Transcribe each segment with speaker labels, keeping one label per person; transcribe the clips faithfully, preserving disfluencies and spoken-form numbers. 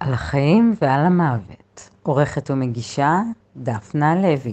Speaker 1: על החיים ועל המוות. עורכת ומגישה דפנה לוי.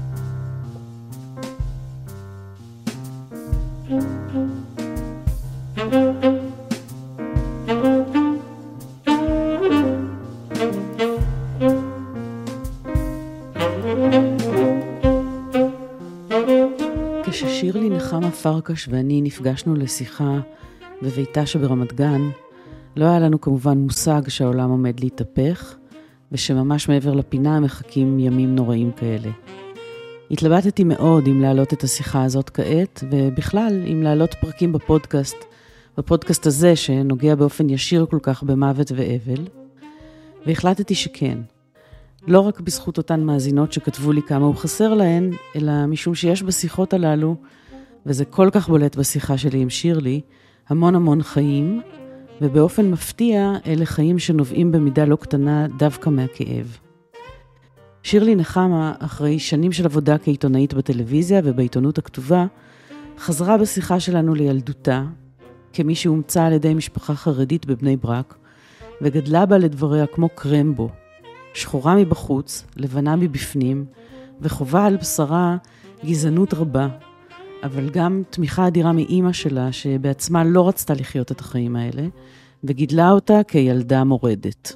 Speaker 2: כששירלי נחמה פרקש ואני נפגשנו לשיחה בביתה שברמת גן, לא היה לנו כמובן מושג שהעולם עומד להתהפך, ושממש מעבר לפינה מחכים ימים נוראים כאלה. התלבטתי מאוד אם להעלות את השיחה הזאת כעת, ובכלל אם להעלות פרקים בפודקאסט, בפודקאסט הזה שנוגע באופן ישיר כל כך במוות ואבל, והחלטתי שכן. לא רק בזכות אותן מאזינות שכתבו לי כמה הוא חסר להן, אלא משום שיש בשיחות הללו, וזה כל כך בולט בשיחה שלי עם שירלי, המון המון חיים, ובאופן מפתיע אלה חיים שנובעים במידה לא קטנה דווקא מהכאב. שירלי נחמה, אחרי שנים של עבודה כעיתונאית בטלוויזיה ובעיתונות הכתובה, חזרה בשיחה שלנו לילדותה, כמי שהומצא על ידי משפחה חרדית בבני ברק, וגדלה בה לדבריה כמו קרמבו, שחורה מבחוץ, לבנה מבפנים, וחובה על בשרה גזענות רבה, אבל גם תמיכה אדירה מאמא שלה, שבעצמה לא רצתה לחיות את החיים האלה, וגידלה אותה כילדה מורדת.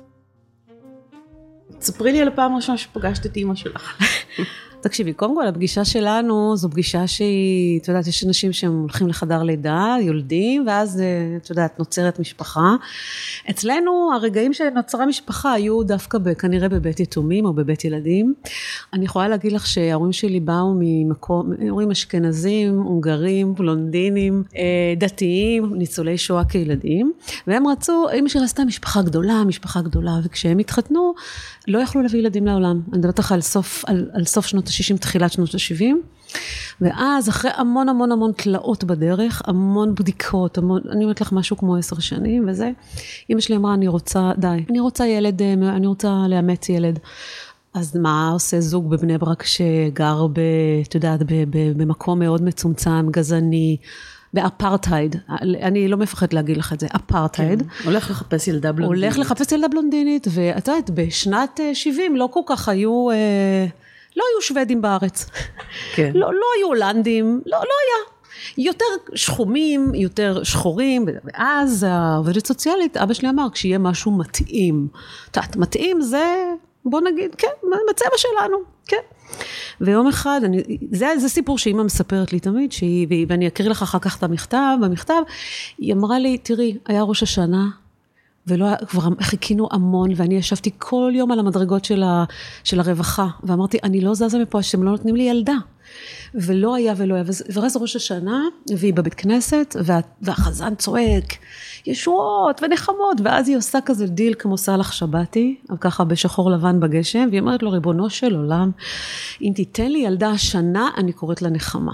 Speaker 2: ספרי לי על הפעם הראשונה שפגשת את אמא שלך.
Speaker 3: תקשיבי, קודם כל, הפגישה שלנו, זו פגישה שהיא, את יודעת, יש אנשים שהם הולכים לחדר לידה, יולדים, ואז, את יודעת, נוצרת משפחה. אצלנו, הרגעים שנוצרה משפחה, היו דווקא כנראה בבית יתומים, או בבית ילדים. אני יכולה להגיד לך שההורים שלי באו ממקום, הורים אשכנזים, הונגרים, בלונדינים, דתיים, ניצולי שואה כילדים, והם רצו, אמא שלי עשתה משפחה גדולה, משפחה גדולה, וכשהם התחתנו, לא יכלו להביא ילדים לעולם. אני מדברת לך על סוף, על, על סוף שנות ה-שישים, תחילת שנות ה-שבעים, ואז אחרי המון המון המון תלאות בדרך, המון בדיקות, המון, אני אומרת לך משהו כמו עשר שנים, וזה, אמא שלי אמרה, אני רוצה, די, אני רוצה ילד, אני רוצה לאמץ ילד. אז מה עושה זוג בבני ברק שגר ב, את יודעת, ב, ב, במקום מאוד מצומצם, גזעני, באפרטהייד, אני לא מפחד להגיד לך את זה, אפרטהייד.
Speaker 2: כן, הולך לחפש ילדה בלונדינית.
Speaker 3: הולך לחפש ילדה בלונדינית, ואת יודעת, בשנת שבעים לא כל כך היו, לא היו שוודים בארץ. כן. לא, לא היו הולנדים, לא, לא היה. יותר שחומים, יותר שחורים, ואז העובדת סוציאלית, אבא שלי אמר, כשיהיה משהו מתאים. את יודעת, מתאים זה, בוא נגיד, כן, בצבע שלנו, כן. ויום אחד, אני, זה, זה סיפור שאמא מספרת לי תמיד, שהיא, ואני אקריא לך אחר כך את המכתב, במכתב, היא אמרה לי, תראי, היה ראש השנה, ולא, כבר חיכינו המון, ואני ישבתי כל יום על המדרגות של, ה, של הרווחה, ואמרתי, אני לא זזה מפה, שאתם לא נותנים לי ילדה. ולא היה ולא היה, ורז ראש השנה, והיא בבית כנסת, וה, והחזן צועק, ישועות ונחמות, ואז היא עושה כזה דיל כמו סלח שבתי, ככה בשחור לבן בגשם, והיא אומרת לו, ריבונו של עולם, אם תיתן לי ילדה השנה, אני קוראת לה נחמה.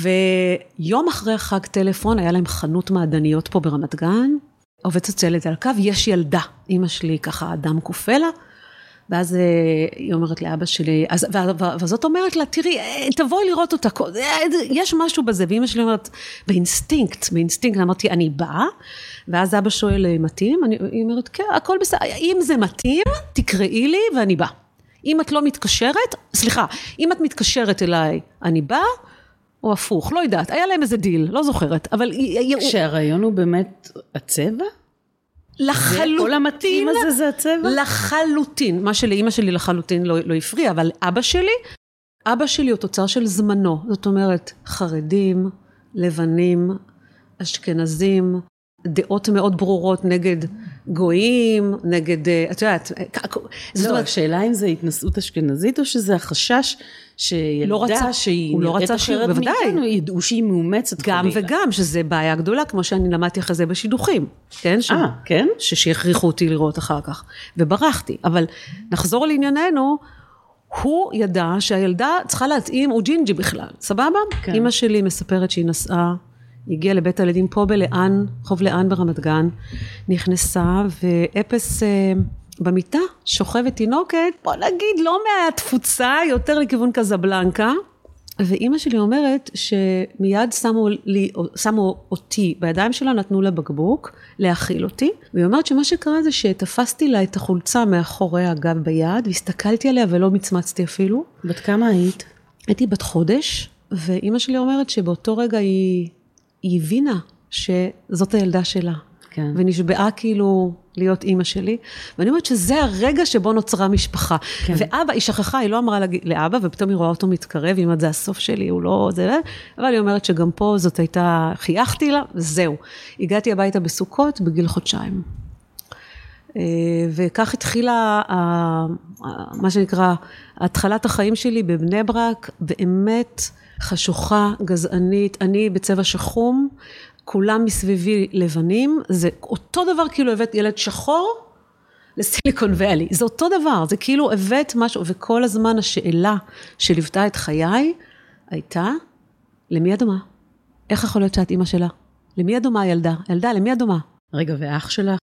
Speaker 3: ויום אחרי החג טלפון, היה להם חנות מעדניות פה ברמת גן, עובד סוציאלית על הקו, יש ילדה, אמא שלי ככה אדם קופלה, ואז היא אומרת לאבא שלי, אז, וזאת אומרת לה, תראי, תבואי לראות אותה, יש משהו בזה, ואמא שלי אומרת, באינסטינקט, באינסטינקט, אמרתי, אני באה, ואז אבא שואל, מתאים? אני, היא אומרת, כן, הכל בסדר, אם זה מתאים, תקראי לי ואני באה. אם את לא מתקשרת, סליחה, אם את מתקשרת אליי, אני באה, או הפוך, לא יודעת, היה להם איזה דיל, לא זוכרת, אבל...
Speaker 2: כשהרעיון הוא באמת הצבע?
Speaker 3: לחלוטין,
Speaker 2: כל המתאים הזה זה הצבע?
Speaker 3: לחלוטין, מה שלאמא שלי לחלוטין לא, לא הפריע, אבל אבא שלי, אבא שלי הוא תוצר של זמנו, זאת אומרת, חרדים, לבנים, אשכנזים, דעות מאוד ברורות נגד גויים, נגד, את יודעת,
Speaker 2: זאת אומרת, שאלה אם זה התנסות אשכנזית, או שזה החשש שילדה שהיא נראית אחרת מאיתנו, ידעו שהיא מאומצת.
Speaker 3: גם וגם, שזה בעיה גדולה, כמו שאני למדתי אחרי זה בשידוכים, כן?
Speaker 2: אה, כן?
Speaker 3: שהכריחו אותי לראות אחר כך, וברחתי, אבל נחזור לענייננו, הוא ידע שהילדה צריכה להתאים, הוא ג'ינג'י בכלל, סבבה? אמא שלי מספרת שהיא נסעה, היא הגיעה לבית הילדים פה בלאן, חוב לאן ברמת גן, נכנסה ואפס במיטה, שוכבת תינוקת, בוא נגיד לא מהתפוצה, יותר לכיוון קזבלנקה, ואימא שלי אומרת שמיד שמו, לי, שמו אותי בידיים שלה, נתנו לה בקבוק להאכיל אותי, והיא אומרת שמה שקרה זה שתפסתי לה את החולצה מאחורי הגב ביד, והסתכלתי עליה ולא מצמצתי אפילו.
Speaker 2: בת כמה היית?
Speaker 3: הייתי בת חודש, ואימא שלי אומרת שבאותו רגע היא, היא הבינה שזאת הילדה שלה. כן. ונשבעה כאילו להיות אימא שלי, ואני אומרת שזה הרגע שבו נוצרה משפחה. כן. ואבא, היא שכחה, היא לא אמרה לאבא, ופתאום היא רואה אותו מתקרב, היא אומרת, זה הסוף שלי, הוא לא, זה, אבל היא אומרת שגם פה זאת הייתה, חייכתי לה, זהו. הגעתי הביתה בסוכות בגיל חודשיים. וכך התחילה, מה שנקרא, התחלת החיים שלי בבני ברק, באמת חשוכה, גזענית, אני בצבע שחום, כולם מסביבי לבנים, זה אותו דבר כאילו הבאת ילד שחור לסיליקון ואלי, זה אותו דבר, זה כאילו הבאת משהו, וכל הזמן השאלה שליוותה את חיי, הייתה, למי הדומה? איך יכול להיות שאת אימא שלה? למי הדומה הילדה? ילדה, למי הדומה?
Speaker 2: רגע, ואח שלך?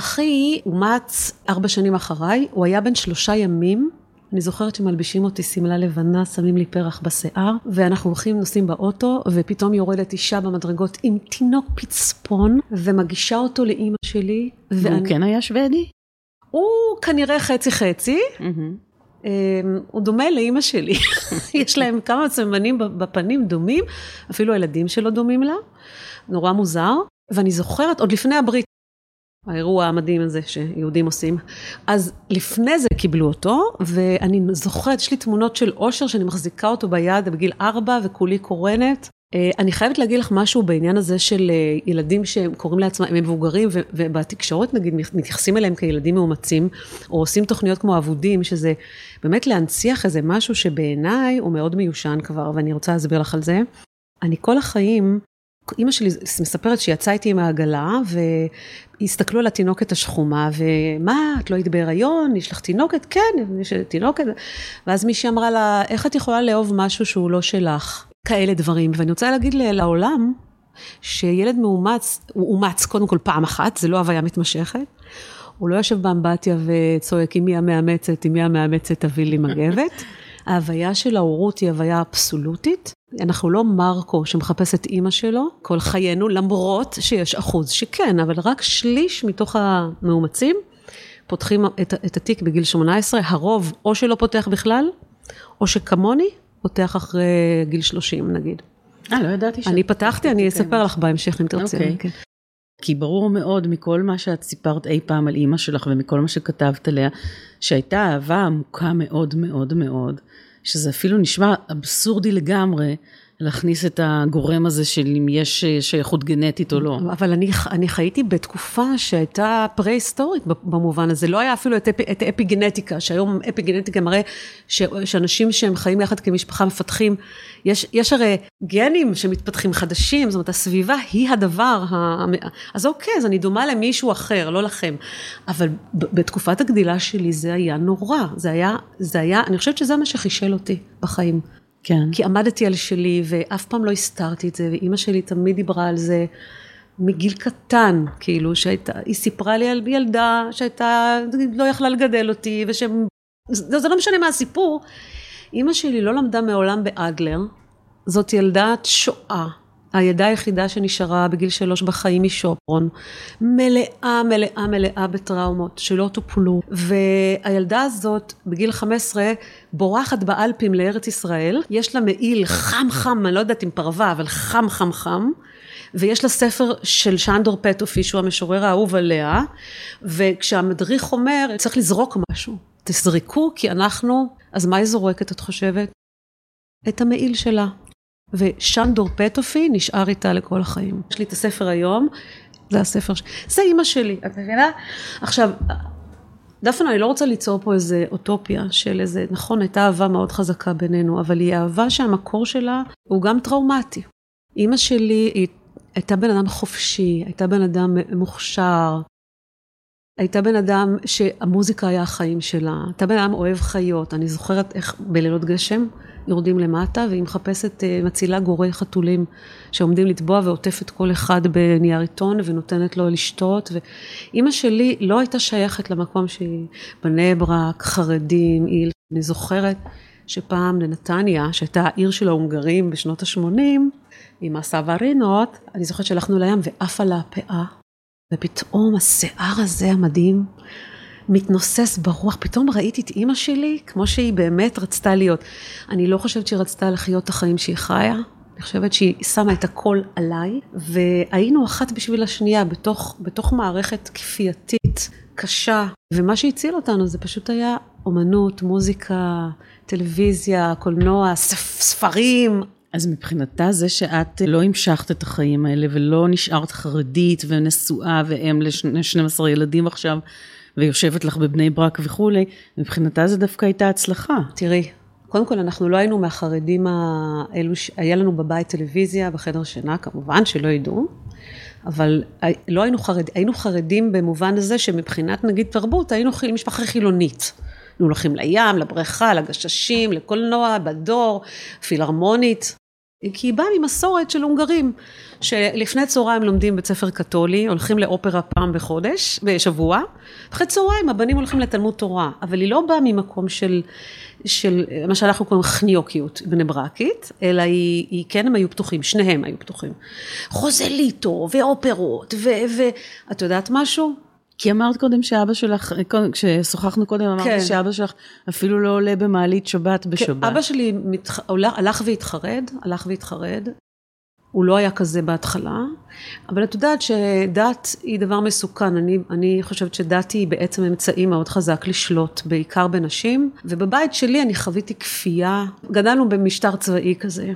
Speaker 3: אחי אומץ ארבע שנים אחריי, הוא היה בן שלושה ימים, אני זוכרת שמלבישים אותי סמלה לבנה, שמים לי פרח בשיער, ואנחנו הולכים, נוסעים באוטו, ופתאום יורדת אישה במדרגות עם תינוק פצפון, ומגישה אותו לאמא שלי.
Speaker 2: והוא ואני... כן היה שוודי?
Speaker 3: הוא כנראה חצי חצי, mm-hmm. הוא דומה לאמא שלי. יש להם כמה סמנים בפנים דומים, אפילו הילדים שלו דומים לה, נורא מוזר, ואני זוכרת, עוד לפני הברית, האירוע המדהים הזה שיהודים עושים. אז לפני זה קיבלו אותו, ואני זוכרת, יש לי תמונות של אושר שאני מחזיקה אותו ביד בגיל ארבע וכולי קורנת. אני חייבת להגיד לך משהו בעניין הזה של ילדים שהם קוראים לעצמם, הם מבוגרים, ובתקשורת נגיד מתייחסים אליהם כילדים מאומצים, או עושים תוכניות כמו עבודים, שזה באמת להנציח איזה משהו שבעיניי הוא מאוד מיושן כבר, ואני רוצה להסביר לך על זה. אני כל החיים, אמא שלי מספרת שיצאה איתי עם העגלה, והסתכלו על התינוקת השחומה, ומה, את לא היית בהיריון, יש לך תינוקת? כן, יש תינוקת. ואז מישהי אמרה לה, איך את יכולה לאהוב משהו שהוא לא שלך? כאלה דברים. ואני רוצה להגיד לעולם, שילד מאומץ, הוא אומץ קודם כל פעם אחת, זה לא הוויה מתמשכת, הוא לא יושב באמבטיה וצועק, אם היא המאמצת, אם היא המאמצת, תביא לי מגבת. ההוויה של ההורות היא הוויה אבסולוטית, אנחנו לא מרקו שמחפש את אימא שלו, כל חיינו, למרות שיש אחוז שכן, אבל רק שליש מתוך המאומצים, פותחים את, את התיק בגיל שמונה עשרה, הרוב או שלא פותח בכלל, או שכמוני פותח אחרי גיל שלושים נגיד.
Speaker 2: אה, לא ידעתי.
Speaker 3: אני פתחתי, אני אספר לך בהמשך אם תרצה.
Speaker 2: אוקיי. כן. כי ברור מאוד מכל מה שאת סיפרת אי פעם על אימא שלך, ומכל מה שכתבת עליה, שהייתה אהבה עמוקה מאוד מאוד מאוד, שזה אפילו נשמע אבסורדי לגמרי, להכניס את הגורם הזה של אם יש שייכות גנטית או לא.
Speaker 3: אבל אני, אני חייתי בתקופה שהייתה פרה-היסטורית במובן הזה, לא היה אפילו את, אפי, את אפיגנטיקה, שהיום אפיגנטיקה מראה ש, שאנשים שהם חיים יחד כמשפחה מפתחים, יש, יש הרי גנים שמתפתחים חדשים, זאת אומרת, הסביבה היא הדבר, ה, אז אוקיי, אז אני דומה למישהו אחר, לא לכם, אבל בתקופת הגדילה שלי זה היה נורא, זה היה, זה היה, אני חושבת שזה מה שחישל אותי בחיים.
Speaker 2: כן.
Speaker 3: כי עמדתי על שלי, ואף פעם לא הסתרתי את זה, ואמא שלי תמיד דיברה על זה, מגיל קטן, כאילו, שהייתה, היא סיפרה לי על ילדה, שהייתה, לא יכלה לגדל אותי, ושהם, זה, זה לא משנה מה הסיפור, אמא שלי לא למדה מעולם באדלר, זאת ילדת שואה, הילדה היחידה שנשארה בגיל שלוש בחיים משופרון, מלאה, מלאה, מלאה בטראומות שלא טופלו, והילדה הזאת בגיל חמש עשרה בורחת באלפים לארץ ישראל, יש לה מעיל חם חם, אני לא יודעת אם פרווה, אבל חם חם חם, ויש לה ספר של שנדור פטופי, שהוא המשורר האהוב עליה, וכשהמדריך אומר, צריך לזרוק משהו, תזרקו כי אנחנו, אז מה היא זורקת את חושבת? את המעיל שלה. ושנדור פטופי נשאר איתה לכל החיים. יש לי את הספר היום, זה הספר, ש... זה אימא שלי, את מבינה? עכשיו, דפנה, אני לא רוצה ליצור פה איזה אוטופיה של איזה, נכון, הייתה אהבה מאוד חזקה בינינו, אבל היא אהבה שהמקור שלה הוא גם טראומטי. אימא שלי היא, הייתה בן אדם חופשי, הייתה בן אדם מוכשר, הייתה בן אדם שהמוזיקה היה החיים שלה, הייתה בן אדם אוהב חיות, אני זוכרת איך בלילות גשם, יורדים למטה, והיא מחפשת מצילה גורי חתולים שעומדים לטבוע ועוטפת כל אחד בנייר עיתון ונותנת לו לשתות. ואימא שלי לא הייתה שייכת למקום שהיא בני ברק, חרדים, היא, אני זוכרת שפעם לנתניה, שהייתה העיר של ההונגרים בשנות ה-שמונים, עם הסוורינות, אני זוכרת שהלכנו לים ועף על הפאה, ופתאום השיער הזה המדהים, מתנוסס ברוח, פתאום ראיתי את אמא שלי, כמו שהיא באמת רצתה להיות. אני לא חושבת שהיא רצתה לחיות את החיים שהיא חיה, אני חושבת שהיא שמה את הכל עליי, והיינו אחת בשביל השנייה, בתוך, בתוך מערכת כפייתית, קשה, ומה שהציל אותנו זה פשוט היה אומנות, מוזיקה, טלוויזיה, קולנוע, ספרים.
Speaker 2: אז מבחינתה זה שאת לא המשכת את החיים האלה, ולא נשארת חרדית ונשואה ואם ל-שנים עשר ילדים עכשיו, ויושבת לך בבני ברק וכו', מבחינתה זה דווקא הייתה הצלחה.
Speaker 3: תראי, קודם כל אנחנו לא היינו מהחרדים האלו, היה לנו בבית טלוויזיה, בחדר שינה, כמובן שלא ידעו, אבל לא היינו חרדים, היינו חרדים במובן הזה שמבחינת נגיד תרבות, היינו משפחה חילונית. היינו הולכים לים, לבריכה, לגששים, לקולנוע, בדור, פילהרמונית. כי היא באה ממסורת של הונגרים, שלפני צהריים לומדים בית ספר קתולי, הולכים לאופרה פעם בחודש, בשבוע, אחרי צהריים הבנים הולכים לתלמוד תורה, אבל היא לא באה ממקום של, של מה שאנחנו קוראים חניוקיות בני ברקית, אלא היא, היא כן הם היו פתוחים, שניהם היו פתוחים. חוזליטו ואופרות, ואת יודעת משהו?
Speaker 2: כי אמרת קודם שאבא שלך, כששוחחנו קודם, אמרת כן. שאבא שלך אפילו לא עולה במעלית שבת בשבת.
Speaker 3: כן, אבא שלי מתח... הלך והתחרד, הלך והתחרד. הוא לא היה כזה בהתחלה, אבל את יודעת שדת היא דבר מסוכן. אני, אני חושבת שדת היא בעצם אמצעי מאוד חזק לשלוט, בעיקר בנשים. ובבית שלי אני חוויתי כפייה, גדלנו במשטר צבאי כזה,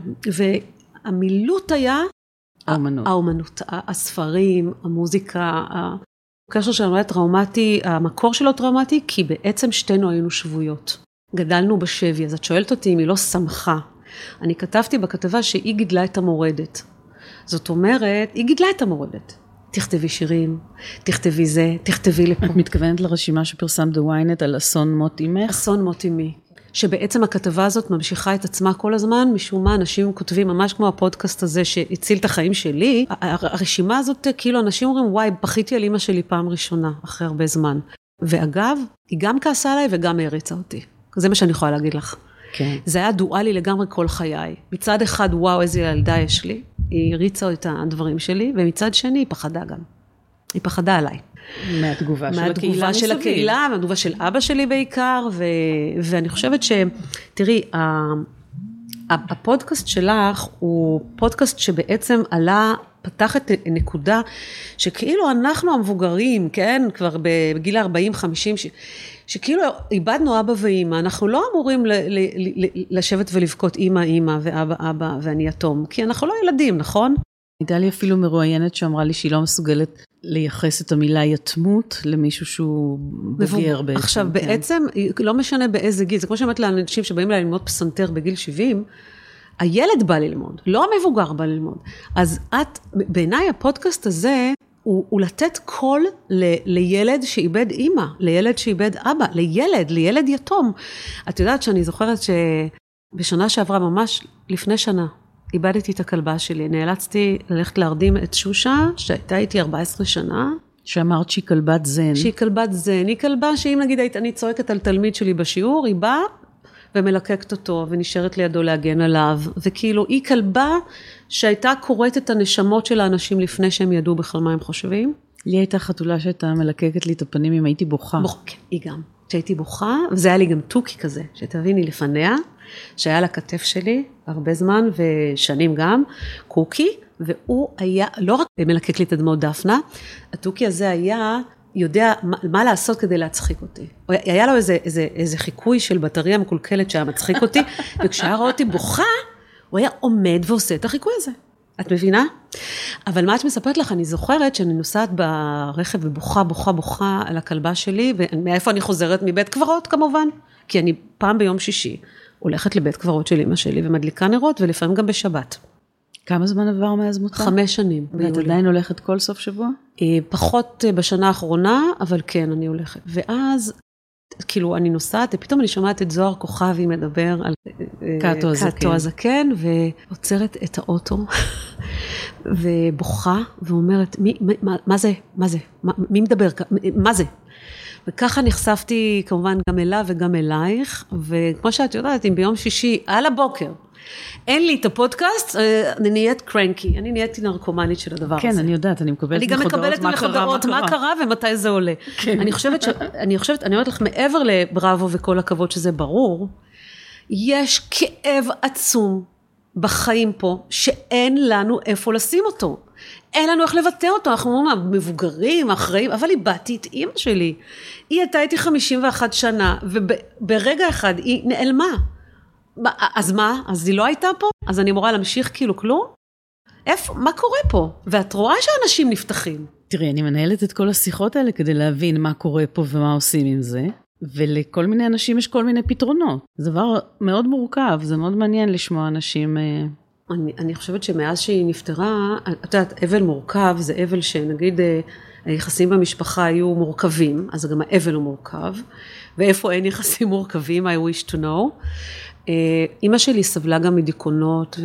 Speaker 3: והמילוט היה
Speaker 2: האומנות,
Speaker 3: האומנות, הספרים, המוזיקה, הקשר שלנו היה טראומטי, המקור שלו טראומטי, כי בעצם שתינו היינו שבויות. גדלנו בשבי, אז את שואלת אותי אם היא לא שמחה. אני כתבתי בכתבה שהיא גידלה את המורדת. זאת אומרת, היא גידלה את המורדת. תכתבי שירים, תכתבי זה, תכתבי לפה.
Speaker 2: את מתכוונת לרשימה שפרסם דוויינט על אסון מות אמך?
Speaker 3: אסון מות אמי. שבעצם הכתבה הזאת ממשיכה את עצמה כל הזמן, משום מה אנשים כותבים ממש כמו הפודקאסט הזה שהציל את החיים שלי, הרשימה הזאת כאילו אנשים אומרים וואי, בכיתי על אמא שלי פעם ראשונה, אחרי הרבה זמן. ואגב, היא גם כעסה עליי וגם הריצה אותי. זה מה שאני יכולה להגיד לך.
Speaker 2: כן.
Speaker 3: זה היה דואלי לגמרי כל חיי. מצד אחד וואו איזה ילדה יש לי, היא הריצה את הדברים שלי, ומצד שני היא פחדה גם. היא פחדה עליי.
Speaker 2: מהתגובה של הקהילה מסביב.
Speaker 3: מהתגובה של הקהילה, מהתגובה של אבא שלי בעיקר, ו... ואני חושבת ש... תראי, הפודקאסט שלך הוא פודקאסט שבעצם עלה, פתח את נקודה, שכאילו אנחנו המבוגרים, כן, כבר בגיל ארבעים חמישים, ש... שכאילו איבדנו אבא ואמא, אנחנו לא אמורים ל... ל... ל... לשבת ולבכות אמא, אמא ואבא, אבא ואני יתום, כי אנחנו לא ילדים, נכון?
Speaker 2: הייתה לי אפילו מרואיינת שאמרה לי שהיא לא מסוגלת לייחס את המילה יתמות למישהו שהוא בוגר בעצם.
Speaker 3: עכשיו
Speaker 2: כן.
Speaker 3: בעצם, לא משנה באיזה גיל, זה כמו שאומרת לאנשים שבאים לה ללמוד פסנתר בגיל שבעים, הילד בא ללמוד, לא המבוגר בא ללמוד. אז את, בעיניי הפודקאסט הזה, הוא, הוא לתת קול ל, לילד שאיבד אמא, לילד שאיבד אבא, לילד, לילד יתום. את יודעת שאני זוכרת שבשנה שעברה, ממש לפני שנה, איבדתי את הכלבה שלי, נאלצתי ללכת להרדים את שושה, שהייתה איתי ארבע עשרה שנה.
Speaker 2: שאמרת שהיא כלבת זן.
Speaker 3: שהיא כלבת זן, היא כלבה שאם נגיד אני צועקת על תלמיד שלי בשיעור, היא באה ומלקקת אותו, ונשארת לידו להגן עליו, וכאילו היא כלבה שהייתה קוראת את הנשמות של האנשים לפני שהם ידעו בכלל מה הם חושבים.
Speaker 2: לי הייתה חתולה שהייתה מלקקת לי את הפנים אם הייתי בוכה.
Speaker 3: בוח, כן, היא גם. שהייתי בוכה, וזה היה לי גם טוקי כזה, שתביני לפניה, שהיה לה כתף שלי הרבה זמן ושנים גם, קוקי, והוא היה, לא רק מלקק לי את הדמות דפנה, הטוקי הזה היה יודע מה, מה לעשות כדי להצחיק אותי. היה לו איזה, איזה, איזה חיקוי של בטריה מקולקלת שהיה מצחיק אותי, וכשהיה רואה אותי בוכה, הוא היה עומד ועושה את החיקוי הזה. את מבינה? אבל מה את מספרת לך? אני זוכרת שאני נוסעת ברכב ובוכה, בוכה, בוכה על הכלבה שלי, ומאיפה אני חוזרת? מבית קברות כמובן, כי אני פעם ביום שישי הולכת לבית קברות של אמא שלי ומדליקה נרות, ולפעמים גם בשבת.
Speaker 2: כמה זמן עבר מאז מותה?
Speaker 3: חמש שנים.
Speaker 2: ואת עדיין הולכת כל סוף שבוע?
Speaker 3: פחות בשנה האחרונה, אבל כן, אני הולכת. ואז, כאילו, אני נוסעת, ופתאום אני שומעת את זוהר כוכבי מדבר על
Speaker 2: קאטו הזקן.
Speaker 3: קאטו הזקן, ועוצרת את האוטו, ובוכה, ואומרת, מי, מה, מה זה? מה זה? מי מדבר? מה זה? וככה נחשפתי כמובן גם אליו וגם אלייך, וכמו שאת יודעת, אם ביום שישי על הבוקר, אין לי את הפודקאסט, אני נהיית קרנקי, אני נהייתי נרקומנית של הדבר
Speaker 2: כן,
Speaker 3: הזה.
Speaker 2: כן, אני יודעת, אני מקבלת
Speaker 3: אני גם מקבלת מחודרות, מה קרה ומתי זה עולה. כן. אני חושבת ש... אני חושבת, אני אומרת לך, מעבר לבראבו וכל הכבוד שזה ברור, יש כאב עצום בחיים פה, שאין לנו איפה לשים אותו. אין לנו איך לבטא אותו, אנחנו אומרים, מבוגרים, אחראים, אבל איבדתי את אמא שלי. היא הייתה איתי חמישים ואחת שנה, וברגע אחד היא נעלמה. אז מה? אז היא לא הייתה פה? אז אני אמורה להמשיך כאילו כלום? איפה? מה קורה פה? ואת רואה שאנשים נפתחים.
Speaker 2: תראי, אני מנהלת את כל השיחות האלה כדי להבין מה קורה פה ומה עושים עם זה, ולכל מיני אנשים יש כל מיני פתרונות. זה דבר מאוד מורכב, זה מאוד מעניין לשמוע אנשים...
Speaker 3: אני, אני חושבת שמאז שהיא נפטרה, את יודעת, אבל מורכב, זה אבל שנגיד היחסים במשפחה היו מורכבים, אז גם האבל הוא מורכב, ואיפה אין יחסים מורכבים, I wish to know. אמא שלי סבלה גם מדיכאונות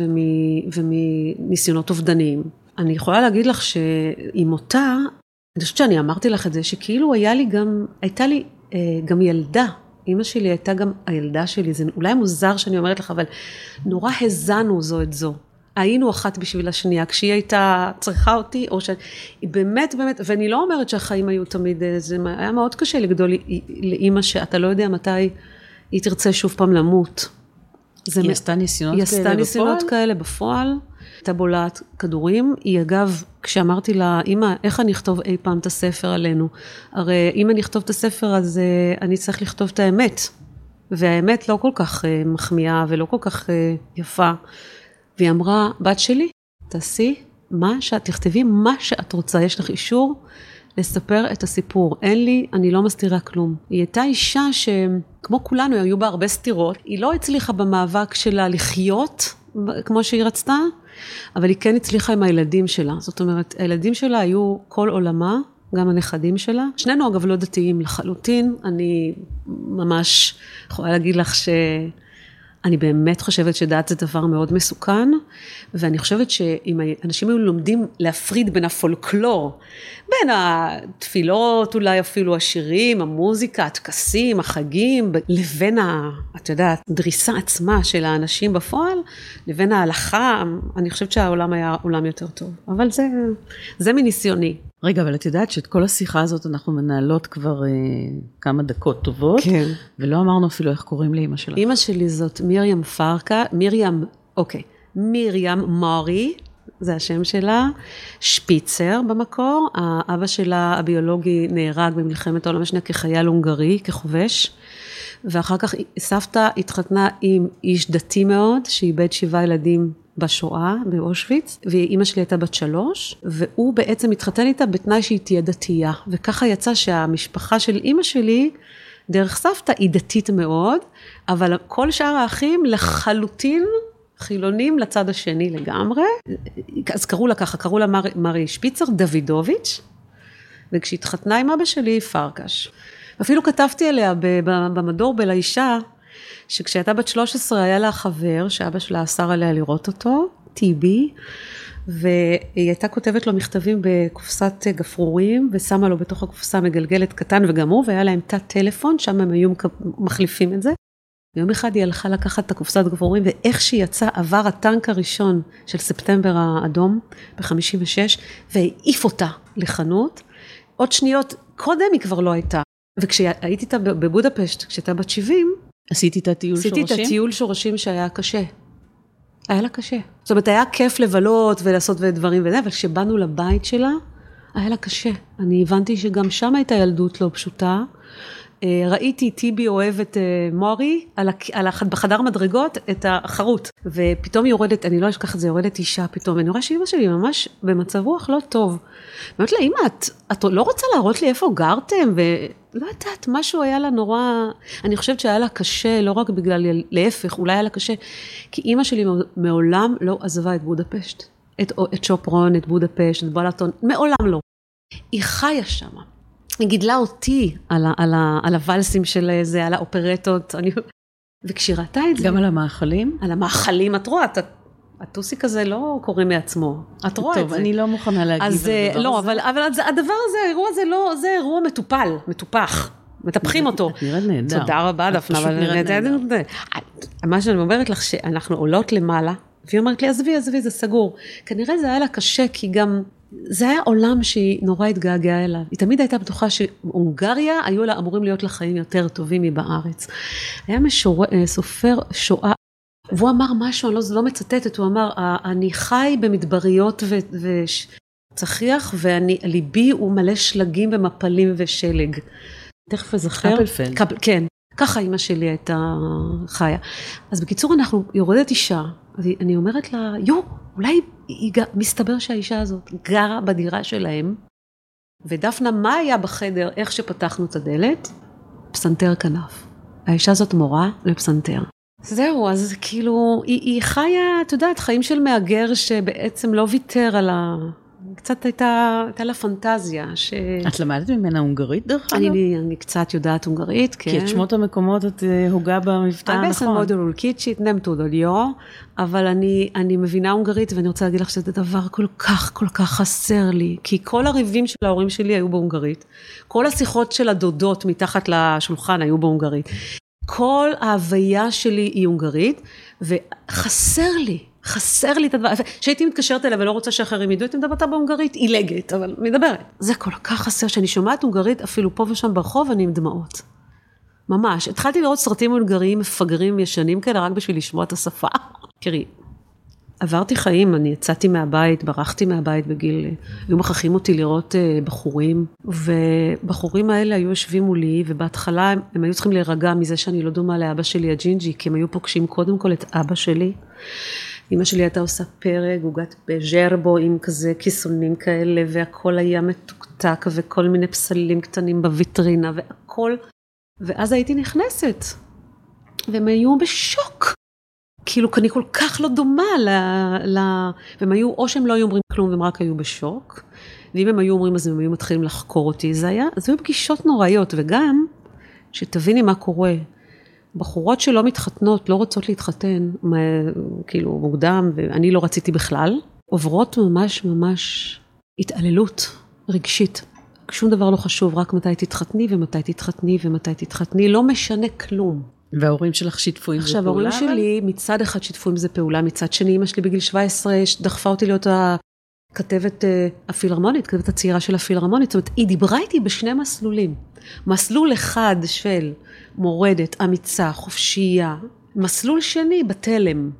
Speaker 3: ומניסיונות אובדניים. אני יכולה להגיד לך שעם אותה, אני חושבת שאני אמרתי לך את זה, שכאילו היה לי גם, הייתה לי גם ילדה, אמא שלי הייתה גם הילדה שלי, זה אולי מוזר שאני אומרת לך, אבל נורא הזנו זו את זו. היינו אחת בשביל השנייה, כשהיא הייתה צריכה אותי, או ש... באמת, באמת, ואני לא אומרת שהחיים היו תמיד, זה היה מאוד קשה לגדול לאמא שאתה לא יודע מתי היא תרצה שוב פעם למות.
Speaker 2: היא עשתה ניסיונות כאלה בפועל?
Speaker 3: היא עשתה ניסיונות כאלה בפועל, הייתה בולעת כדורים. היא אגב, כשאמרתי לה, אמא, איך אני אכתוב אי פעם את הספר עלינו? הרי אם אני אכתוב את הספר, אז אני צריך לכתוב את האמת. והאמת לא כל כך מחמיאה ולא כל כך יפה. והיא אמרה, בת שלי, תעשי מה שאת, תכתבי מה שאת רוצה, יש לך אישור לספר את הסיפור. אין לי, אני לא מסתירה כלום. היא הייתה אישה שכמו כולנו, היו בה הרבה סתירות, היא לא הצליחה במאבק שלה לחיות, כמו שהיא רצתה, אבל היא כן הצליחה עם הילדים שלה. זאת אומרת, הילדים שלה היו כל עולמה, גם הנכדים שלה. שנינו אגב לא דתיים לחלוטין, אני ממש יכולה להגיד לך ש... אני באמת חושבת שדת זה דבר מאוד מסוכן, ואני חושבת שאם אנשים היו לומדים להפריד בין הפולקלור, בין התפילות, אולי אפילו השירים, המוזיקה, הטקסים, החגים, לבין, ה, את יודעת, דריסה עצמה של האנשים בפועל, לבין ההלכה, אני חושבת שהעולם היה עולם יותר טוב. אבל זה, זה מניסיוני.
Speaker 2: רגע, אבל את יודעת שאת כל השיחה הזאת אנחנו מנהלות כבר אה, כמה דקות טובות,
Speaker 3: כן.
Speaker 2: ולא אמרנו אפילו איך קוראים לאמא שלך.
Speaker 3: אמא שלי זאת מרים פרקה, מרים, אוקיי, מרים מורי, זה השם שלה, שפיצר במקור, האבא שלה הביולוגי נהרג במלחמת העולם השנייה כחייל הונגרי, כחובש, ואחר כך סבתא התחתנה עם איש דתי מאוד, שאיבד שבעה ילדים בשואה, באושוויץ, ואימא שלי הייתה בת שלוש, והוא בעצם התחתן איתה בתנאי שהיא תהיה דתייה, וככה יצא שהמשפחה של אימא שלי, דרך סבתא, היא דתית מאוד, אבל כל שאר האחים לחלוטין חילונים לצד השני לגמרי, אז קראו לה ככה, קראו לה מר, מרי שפיצר דוידוביץ', וכשהתחתנה עם אבא שלי, פרקש. אפילו כתבתי עליה במדור בלאישה, שכשהייתה בת שלוש עשרה היה לה חבר, שאבא שלה אסר עליה לראות אותו, טיבי, והיא הייתה כותבת לו מכתבים בקופסת גפרורים, ושמה לו בתוך הקופסה מגלגלת קטן וגם הוא, והיה להם תת טלפון, שם הם היו מחליפים את זה. יום אחד היא הלכה לקחת את הקופסת גפרורים, ואיך שהיא יצאה עבר הטנק הראשון של ספטמבר האדום, ב-חמישים ושש, והעיף אותה לחנות. עוד שניות, קודם היא כבר לא הייתה. וכשהייתי איתה בבודפשט, כשהייתה בת שבעים,
Speaker 2: עשיתי את הטיול
Speaker 3: עשיתי
Speaker 2: שורשים?
Speaker 3: עשיתי את הטיול שורשים שהיה קשה. היה לה קשה. זאת אומרת, היה כיף לבלות ולעשות דברים וזה, אבל כשבאנו לבית שלה, היה לה קשה. אני הבנתי שגם שם הייתה ילדות לא פשוטה. ראיתי טיבי אוהב את מורי, על, על, בחדר מדרגות, את החרוט. ופתאום יורדת, אני לא אשכח את זה, יורדת אישה פתאום, ואני רואה שאמא שלי ממש במצב רוח לא טוב. ואומרת לה, אמא, את, את לא רוצה להראות לי איפה גרתם? ולא יודעת, משהו היה לה נורא, אני חושבת שהיה לה קשה, לא רק בגלל, להפך, אולי היה לה קשה, כי אמא שלי מעולם לא עזבה את בודפשט, את, את שופרון, את בודפשט, את בלטון, מעולם לא. היא חיה שמה. היא גידלה אותי על, ה, על, ה, על הוולסים של זה, על האופרטות, אני... וכשהיא ראתה את זה...
Speaker 2: גם על המאכלים?
Speaker 3: על המאכלים, את רואה, הטוסיק הזה לא קורה מעצמו, את רואה
Speaker 2: טוב,
Speaker 3: את זה.
Speaker 2: טוב, אני לא מוכנה להגיב
Speaker 3: אז,
Speaker 2: על הדבר
Speaker 3: לא,
Speaker 2: הזה.
Speaker 3: אבל, אבל הדבר הזה, האירוע הזה לא, זה אירוע מטופל, מטופח. מטפחים אותו.
Speaker 2: את נראית נהדר.
Speaker 3: תודה רבה, דפנה.
Speaker 2: פשוט נראית נהדר.
Speaker 3: מה שאני אומרת לך, שאנחנו עולות למעלה, והיא אומרת לי, עזבי, עזבי, זה סגור. כנראה זה היה לה קשה, כי גם זה היה עולם שהיא נורא התגעגעה אליו. היא תמיד הייתה בטוחה שהונגריה היו לה, אמורים להיות לה חיים יותר טובים מבארץ. היה משור, סופר שואה, והוא אמר משהו, אני לא, לא מצטטת, הוא אמר, אני חי במדבריות ו, וצחיח, וליבי הוא מלא שלגים ומפלים ושלג. תכף אזכר.
Speaker 2: קפלפלד.
Speaker 3: קפ, כן, ככה אמא שלי הייתה חיה. אז בקיצור, אנחנו יורדת אישה, ואני אומרת לה, יו, אולי היא, מסתבר שהאישה הזאת גרה בדירה שלהם, ודפנה, מה היה בחדר, איך שפתחנו את הדלת? פסנתר כנף. האישה הזאת מורה לפסנתר. זהו, אז כאילו, היא, היא חיה, את יודעת, חיים של מאגר שבעצם לא ויתר על ה... קצת הייתה, הייתה לה פנטזיה. ש...
Speaker 2: את למדת ממנה הונגרית דרך אגב?
Speaker 3: אני, אני קצת יודעת הונגרית, כן.
Speaker 2: כי את שמות המקומות את הוגה במבטא הנכון.
Speaker 3: אני מאוד הולקיצ'ית, נמתו דוליו, אבל אני, אני מבינה הונגרית, ואני רוצה להגיד לך שזה דבר כל כך, כל כך חסר לי, כי כל הריבים של ההורים שלי היו בהונגרית, כל השיחות של הדודות מתחת לשולחן היו בהונגרית, כל ההוויה שלי היא הונגרית, וחסר לי, חסר לי את הדבר, שהייתי מתקשרת אליה ולא רוצה שאחרים ידעו, הייתי מדברת בהונגרית, עילגת, אבל מדברת. זה כל כך חסר, שאני שומעת הונגרית אפילו פה ושם ברחוב, אני עם דמעות. ממש. התחלתי לראות סרטים הונגריים, מפגרים ישנים כאלה, רק בשביל לשמוע את השפה. קרי, עברתי חיים, אני יצאתי מהבית, ברחתי מהבית בגיל, היו מכריחים אותי לראות בחורים, ובחורים האלה היו יושבים מולי, ובהתחלה הם, הם היו צריכים להירגע מזה שאני לא דומה לאבא שלי הג'ינג'י, כי הם היו פוגשים קודם כל את אבא שלי. אמא שלי הייתה עושה פרק, עוגת בז'רבו עם כזה כיסונים כאלה, והכל היה מתוקתק, וכל מיני פסלים קטנים בוויטרינה, והכל, ואז הייתי נכנסת, והם היו בשוק. כאילו, כי אני כל כך לא דומה ל... ל... והם היו, או שהם לא היו אומרים כלום, והם רק היו בשוק, ואם הם היו אומרים, אז הם היו מתחילים לחקור אותי, זה היה, אז היו פגישות נוראיות, וגם, שתביני מה קורה, בחורות שלא מתחתנות, לא רוצות להתחתן, מה, כאילו, מוקדם, ואני לא רציתי בכלל, עוברות ממש ממש התעללות רגשית, שום דבר לא חשוב, רק מתי תתחתני, ומתי תתחתני, ומתי תתחתני, לא משנה כלום.
Speaker 2: וההורים שלך שיתפו עם זה פעולה?
Speaker 3: עכשיו, ההורים שלי מצד אחד שיתפו עם זה פעולה, מצד שני, אמא שלי בגיל שבע עשרה דחפה אותי להיות הכתבת הפילהרמונית, כתבת הצעירה של הפילהרמונית, זאת אומרת, היא דיברה איתי בשני מסלולים. מסלול אחד של מורדת, אמיצה, חופשייה, מסלול שני בתלם.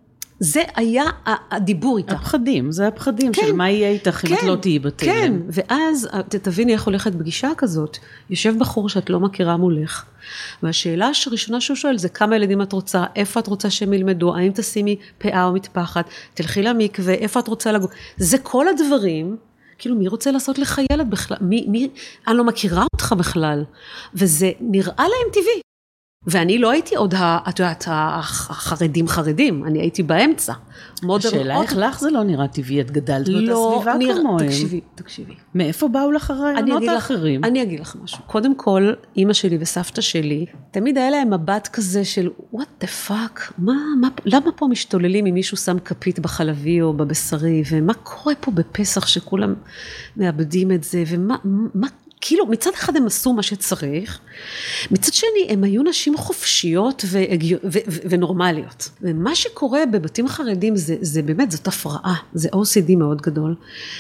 Speaker 3: זה היה הדיבור איתה.
Speaker 2: הפחדים, זה הפחדים
Speaker 3: כן,
Speaker 2: של מה יהיה איתך אם
Speaker 3: כן,
Speaker 2: את לא תהיי בתלם.
Speaker 3: כן, ואז תביני איך הולכת פגישה כזאת, יושב בחור שאת לא מכירה מולך, והשאלה הראשונה שהוא שואל זה כמה ילדים את רוצה, איפה את רוצה שהם ילמדו, האם תשימי פאה או מטפחת, תלכי למקווה, איפה את רוצה לגור, זה כל הדברים, כאילו מי רוצה לעשות לך ילד בכלל, מי, מי, אני לא מכירה אותך בכלל, וזה נראה להם טבעי. ואני לא הייתי עוד, את יודעת, החרדים חרדים, אני הייתי באמצע.
Speaker 2: השאלה איך לך זה לא נראה טבעי, את גדלת באותה סביבה כמוהם.
Speaker 3: תקשיבי, תקשיבי.
Speaker 2: מאיפה באו לך הרעיונות האחרים?
Speaker 3: אני אגיד לך משהו. קודם כל, אמא שלי וסבתא שלי, תמיד היה להם מבט כזה של, what the fuck, מה, מה, למה פה משתוללים אם מישהו שם כפית בחלבי או בבשרי, ומה קורה פה בפסח שכולם מאבדים את זה, ומה, מה, כאילו, מצד אחד הם עשו מה שצריך, מצד שני, הם היו נשים חופשיות ו- ו- ו- ונורמליות. ומה שקורה בבתים חרדים, זה, זה באמת, זאת הפרעה, זה או סי די מאוד גדול,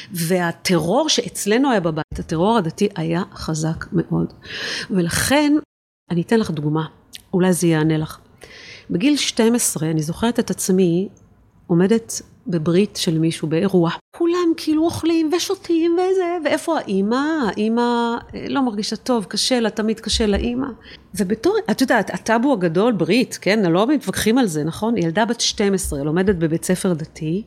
Speaker 3: והטרור שאצלנו היה בבית, הטרור הדתי היה חזק מאוד. ולכן, אני אתן לך דוגמה, אולי זה יענה לך. בגיל שתים עשרה, אני זוכרת את עצמי, עומדת בברית של מישהו באירוע, כולם כאילו אוכלים ושותים וזה, ואיפה האמא? האמא לא מרגישה טוב, קשה לה, תמיד קשה לאמא. ובתור, את יודעת, הטאבו הגדול, ברית, כן, לא מתווכחים על זה, נכון? ילדה בת שתים עשרה, לומדת בבית ספר דתי,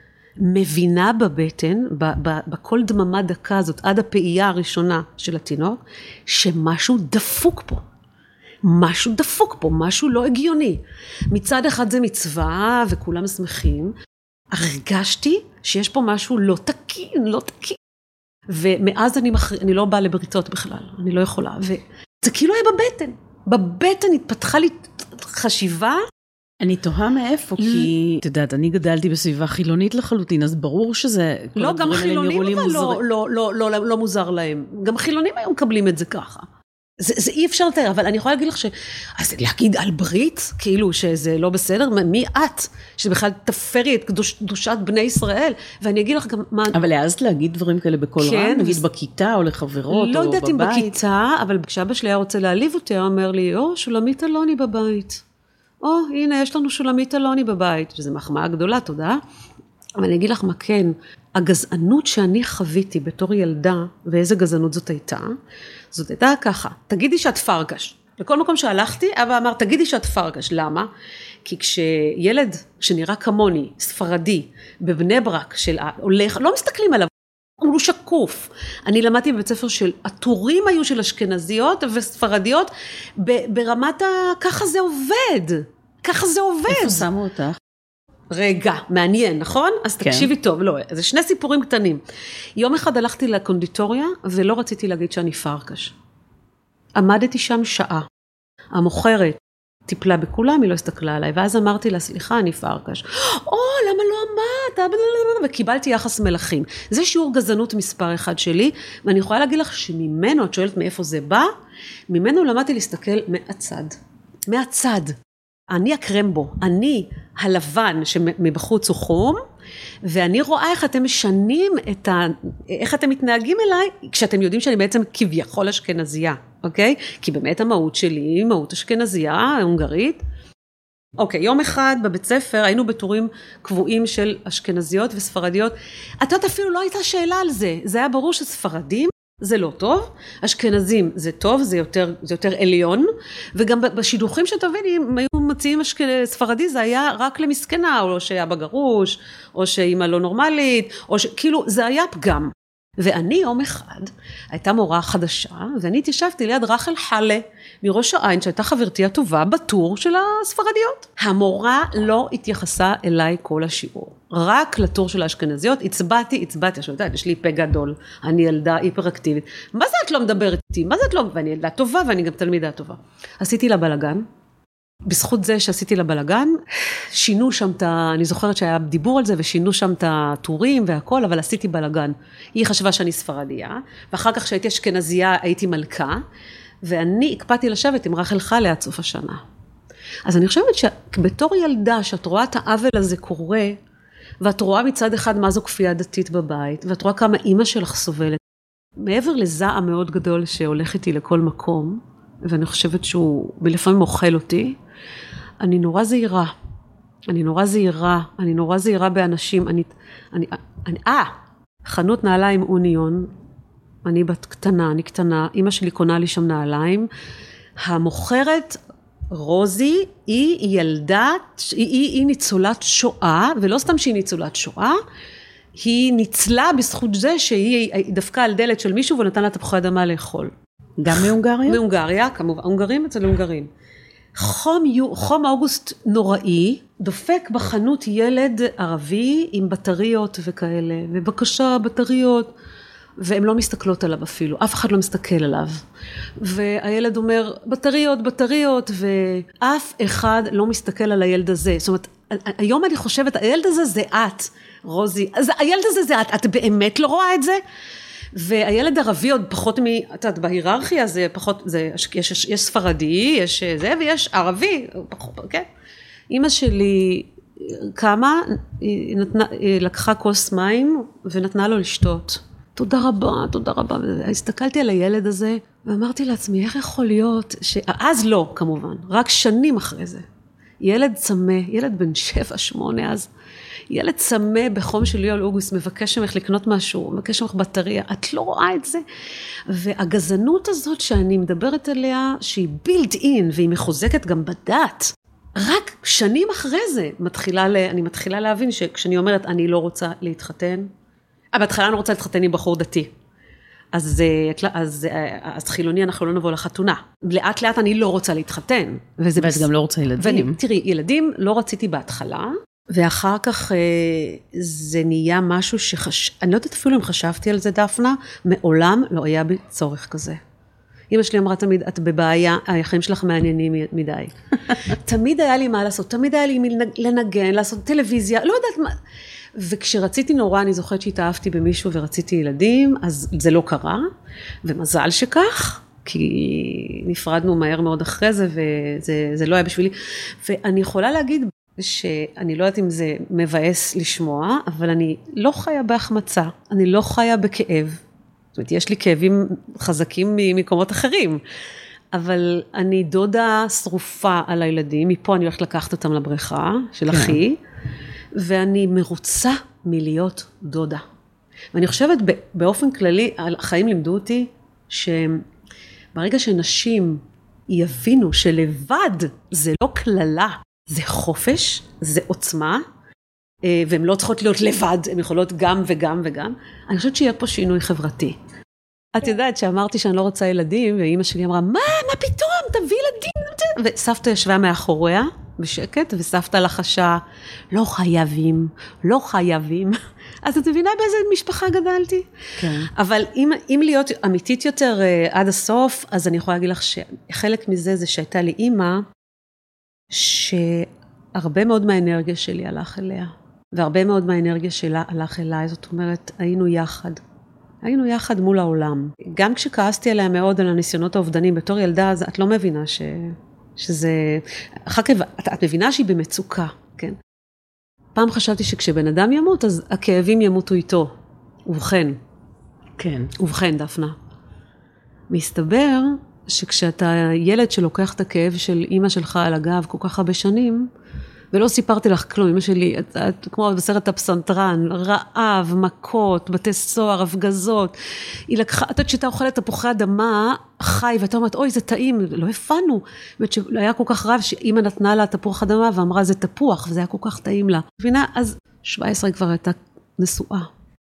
Speaker 3: מבינה בבטן, בכל דממה דקה הזאת, עד הפעייה הראשונה של התינוק, שמשהו דפוק פה. משהו דפוק פה, משהו לא הגיוני. מצד אחד זה מצווה, וכולם שמחים, הרגשתי שיש פה משהו לא תקין, לא תקין. ומאז אני, מח... אני לא באה לבריתות בכלל, אני לא יכולה. וזה כאילו היה בבטן. בבטן התפתחה לי חשיבה.
Speaker 2: אני תוהה מאיפה, כי, את יודעת, אני גדלתי בסביבה חילונית לחלוטין, אז ברור שזה...
Speaker 3: לא, גם חילונים אבל לא, לא, לא, לא, לא, לא מוזר להם. גם חילונים היו מקבלים את זה ככה. זה, זה אי אפשר לתאר, אבל אני יכולה להגיד לך ש... אז להגיד על ברית, כאילו שזה לא בסדר, מי את? שבכלל תפרי את קדוש, קדושת בני ישראל, ואני אגיד לך גם מה...
Speaker 2: אבל העזת להגיד דברים כאלה בקול
Speaker 3: כן,
Speaker 2: רם, נגיד
Speaker 3: ו...
Speaker 2: בכיתה או לחברות
Speaker 3: לא
Speaker 2: או בבית?
Speaker 3: יודעת אם בכיתה, אבל כשאבא שלי היה רוצה להעליב אותי, הוא אומר לי, או, שולמית אלוני בבית. או, הנה, יש לנו שולמית אלוני בבית, שזו מחמאה גדולה, תודה. אבל אני אגיד לך מה כן, הגזענות שאני חוויתי בתור ילדה, ואיזה גזענות זאת הייתה, זאת הייתה ככה, תגידי שאת פרקש. לכל מקום שהלכתי, אבא אמר, תגידי שאת פרקש. למה? כי כשילד שנראה כמוני, ספרדי, בבני ברק, של הולך, לא מסתכלים עליו, הוא שקוף. אני למדתי בבית ספר של, הטורים היו של אשכנזיות וספרדיות, ברמת ה... ככה זה עובד. ככה זה עובד.
Speaker 2: איפה שמו אותך?
Speaker 3: רגע, מעניין, נכון? אז
Speaker 2: כן.
Speaker 3: תקשיבי טוב, לא, זה שני סיפורים קטנים. יום אחד הלכתי לקונדיטוריה, ולא רציתי להגיד שאני פרקש. עמדתי שם שעה. המוכרת טיפלה בכולם, היא לא הסתכלה עליי, ואז אמרתי לה, סליחה, אני פרקש. או, למה לא עמדת? וקיבלתי יחס מלכים. זה שיעור גזענות מספר אחד שלי, ואני יכולה להגיד לך שממנו, את שואלת מאיפה זה בא, ממנו למדתי להסתכל מהצד. מהצד. אני הקרמבו, אני הלבן שמבחוץ הוא חום, ואני רואה איך אתם משנים את ה... איך אתם מתנהגים אליי, כשאתם יודעים שאני בעצם כביכול אשכנזייה, אוקיי? כי באמת המהות שלי היא מהות אשכנזייה, הונגרית. אוקיי, יום אחד בבית ספר היינו בטורים קבועים של אשכנזיות וספרדיות. את יודעת, אפילו לא הייתה שאלה על זה. זה היה ברור שספרדים זה לא טוב, אשכנזים זה טוב, זה יותר, זה יותר עליון, וגם בשידוכים שתביני, אם היו מציעים ספרדי, זה היה רק למסכנה, או שאבא גרוש, או שאמא לא נורמלית, או ש... כאילו, זה היה פגם. ואני יום אחד, הייתה מורה חדשה, ואני התיישבתי ליד רחל חלה, מראש העין, שהייתה חברתי הטובה, בטור של הספרדיות. המורה לא התייחסה אליי כל השיעור. רק לטור של האשכנזיות, הצבעתי, הצבעתי, עכשיו יודעת, יש לי פה גדול, אני ילדה היפראקטיבית. מה זה את לא מדברת איתי? מה זה את לא? ואני ילדה טובה, ואני גם תלמידה טובה. עשיתי לה בלגן. בזכות זה שעשיתי לה בלגן, שינו שם את ה... אני זוכרת שהיה דיבור על זה, ושינו שם את הטורים והכל, אבל עשיתי בלגן. היא חשבה שאני ספרדיה, ואחר כך שהייתי אשכנזייה, הייתי מלכה, ואני הקפאתי לשבת עם רחל חלה עד סוף השנה. אז אני חושבת שבתור ילדה, שאת רואה את העוול הזה קורה, ואת רואה מצד אחד מה זו כפייה דתית בבית, ואת רואה כמה אימא שלך סובלת. מעבר לזעם מאוד גדול שהולך איתי לכל מקום, ואני חושבת שהוא בלפעמים אוכל אותי, אני נורא זהירה. אני נורא זהירה, אני נורא זהירה באנשים. אני, אני, אני, אה, חנות נעליים אוניון, אני בת קטנה, אני קטנה, אמא שלי קונה לי שם נעליים, המוכרת רוזי היא ילדה, היא, היא, היא ניצולת שואה, ולא סתם שהיא ניצולת שואה, היא ניצלה בזכות זה שהיא דפקה על דלת של מישהו ונתן לה תפוחי אדמה לאכול.
Speaker 2: גם מהונגריה?
Speaker 3: מהונגריה, כמובן, הונגרים אצל הונגרים. חום, חום אוגוסט נוראי, דופק בחנות ילד ערבי עם בטריות וכאלה, ובקשה בטריות, והן לא מסתכלות עליו אפילו, אף אחד לא מסתכל עליו. והילד אומר, בטריות, בטריות, ואף אחד לא מסתכל על הילד הזה. זאת אומרת, היום אני חושבת, הילד הזה זה את, רוזי, אז הילד הזה זה את, את באמת לא רואה את זה? והילד ערבי עוד פחות מ... את יודעת, בהיררכיה זה פחות, זה, יש, יש, יש ספרדי, יש זה, ויש ערבי, פחות, כן? אמא שלי קמה, היא נתנה, היא לקחה כוס מים, ונתנה לו לשתות. תודה רבה, תודה רבה. הסתכלתי על הילד הזה, ואמרתי לעצמי, איך יכול להיות, שאז לא, כמובן, רק שנים אחרי זה. ילד צמא, ילד בן שבע, שמונה, אז ילד צמא בחום של ליאל אוגוסט, מבקש ממך לקנות משהו, מבקש ממך בטריה, את לא רואה את זה? והגזענות הזאת שאני מדברת עליה, שהיא בילד אין, והיא מחוזקת גם בדת, רק שנים אחרי זה, מתחילה, אני מתחילה להבין שכשאני אומרת, אני לא רוצה להתחתן, בהתחלה אני רוצה להתחתן עם בחור דתי, אז, אז, אז חילוני אנחנו לא נבוא לחתונה. לאט לאט אני לא רוצה להתחתן. ואת
Speaker 2: בס... גם לא רוצה ילדים.
Speaker 3: ואני, תראי, ילדים לא רציתי בהתחלה, ואחר כך זה נהיה משהו שחש... אני לא יודעת אפילו אם חשבתי על זה דפנה, מעולם לא היה בי צורך כזה. אמא שלי אמרה תמיד, את בבעיה, החיים שלך מעניינים מדי. תמיד היה לי מה לעשות, תמיד היה לי לנגן, לעשות טלוויזיה, לא יודעת מה... וכשרציתי נורא, אני זוכרת שהתאהבתי במישהו ורציתי ילדים, אז זה לא קרה, ומזל שכך, כי נפרדנו מהר מאוד אחרי זה, וזה זה לא היה בשבילי. ואני יכולה להגיד שאני לא יודעת אם זה מבאס לשמוע, אבל אני לא חיה בהחמצה, אני לא חיה בכאב. זאת אומרת, יש לי כאבים חזקים ממקומות אחרים, אבל אני דודה שרופה על הילדים, מפה אני הולכת לקחת אותם לבריכה של אחי, ואני מרוצה מלהיות דודה. ואני חושבת באופן כללי, החיים לימדו אותי, שברגע שנשים יבינו שלבד זה לא כללה, זה חופש, זה עוצמה, והן לא צריכות להיות לבד, הן יכולות גם וגם וגם, אני חושבת שיהיה פה שינוי חברתי. את יודעת שאמרתי שאני לא רוצה ילדים, ואימא שלי אמרה, מה, מה פתאום, תביא ילדים. וסבתא ישבה מאחוריה, בשקט, וסבתא לחשה, לא חייבים, לא חייבים. אז את מבינה באיזה משפחה גדלתי? כן. אבל אם, אם להיות אמיתית יותר עד הסוף, אז אני יכולה להגיד לך שחלק מזה זה שהייתה לי אימא, שהרבה מאוד מהאנרגיה שלי הלך אליה, והרבה מאוד מהאנרגיה שלה הלך אליי, זאת אומרת, היינו יחד. היינו יחד מול העולם. גם כשכעסתי עליה מאוד על הניסיונות האובדנים, בתור ילדה, אז את לא מבינה ש... שזה... אחר כך, את, את מבינה שהיא במצוקה, כן? פעם חשבתי שכשבן אדם ימות, אז הכאבים ימותו איתו. ובכן.
Speaker 2: כן.
Speaker 3: ובכן, דפנה. מסתבר שכשאתה ילד שלוקח את הכאב של אמא שלך על הגב כל כך הרבה שנים, ולא סיפרתי לך כלום, אמא שלי, את, את, כמו בסרט הפסנתרן, רעב, מכות, בתי סוהר, הפגזות, היא לקחה, את יודעת שאתה אוכלת תפוחי אדמה, חי, ואתה אומרת, אוי, זה טעים, לא הפנו, היה כל כך רב, שאמא נתנה לה תפוח אדמה, ואמרה, זה תפוח, וזה היה כל כך טעים לה. מבינה, אז שבע עשרה כבר הייתה נשואה.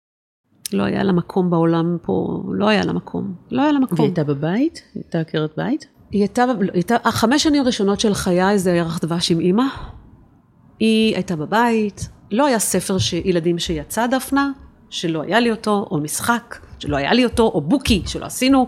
Speaker 3: לא היה לה מקום בעולם פה, לא היה לה מקום, לא היה לה מקום.
Speaker 2: והיא הייתה בבית? היא הייתה עקרת בית?
Speaker 3: היא הייתה, הייתה, החמש שנים הראשונות של חיי, זה ירח דבש עם אמא, היא הייתה בבית, לא היה ספר ילדים שיצא דפנה, שלא היה לי אותו, או משחק, שלא היה לי אותו, או בוקי, שלא עשינו,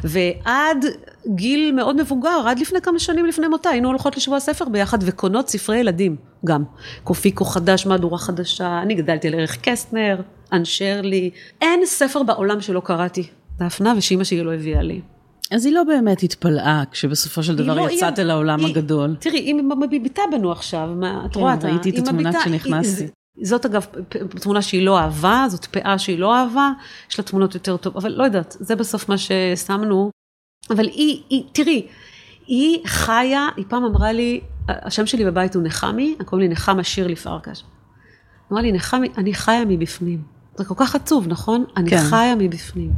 Speaker 3: ועד גיל מאוד מבוגר, עד לפני כמה שנים לפני מותה, היינו הולכות לשבוע ספר ביחד, וקונות ספרי ילדים, גם. קופיקו חדש, מהדורה חדשה, אני גדלתי על ערך קסטנר, אנשר לי, אין ספר בעולם שלא קראתי, דפנה, ושאמא שלי לא הביאה לי.
Speaker 2: אז היא לא באמת התפלאה, כשבסופו של דבר לא, יצאת היא, אל העולם היא, הגדול.
Speaker 3: תראי, היא מביטה בנו עכשיו, מה, את
Speaker 2: כן,
Speaker 3: רואה,
Speaker 2: ראיתי את התמונה כשנכנסתי.
Speaker 3: זאת אגב, תמונה שהיא לא אהבה, זאת פאה שהיא לא אהבה, יש לה תמונות יותר טוב, אבל לא יודעת, זה בסוף מה ששמנו, אבל היא, היא תראי, היא חיה, היא פעם אמרה לי, השם שלי בבית הוא נחמי, קוראים לי נחמה שירלי פרקש. אמרה לי, נחמי, אני חיה מבפנים. זה כל כך עצוב, נכון? אני כן. חיה מבפנים.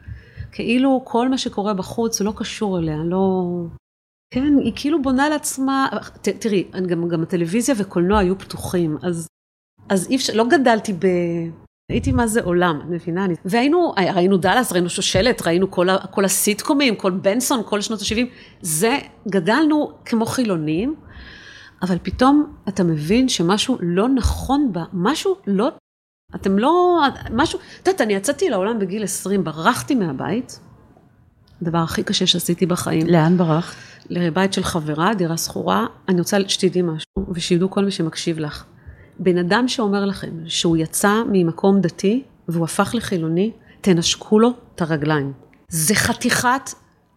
Speaker 3: כאילו כל מה שקורה בחוץ, זה לא קשור אליה, לא... כן, היא כאילו בונה לעצמה, ת, תראי, גם, גם הטלוויזיה וקולנוע היו פתוחים, אז, אז אי אפשר, לא גדלתי ב... הייתי מה זה עולם, אני מבינה, אני... והיינו, ראינו דלס, ראינו שושלת, ראינו כל, ה, כל הסיטקומים, כל בנסון, כל שנות ה-שבעים, זה, גדלנו כמו חילונים, אבל פתאום אתה מבין שמשהו לא נכון בה, משהו לא... אתם לא, משהו, את יודעת, אני יצאתי לעולם בגיל עשרים, ברחתי מהבית, הדבר הכי קשה שעשיתי בחיים.
Speaker 2: לאן ברחת?
Speaker 3: לבית של חברה, דירה סחורה, אני רוצה שתדעי משהו, ושידעו כל מי שמקשיב לך. בן אדם שאומר לכם, שהוא יצא ממקום דתי, והוא הפך לחילוני, תנשקו לו את הרגליים. זה חתיכת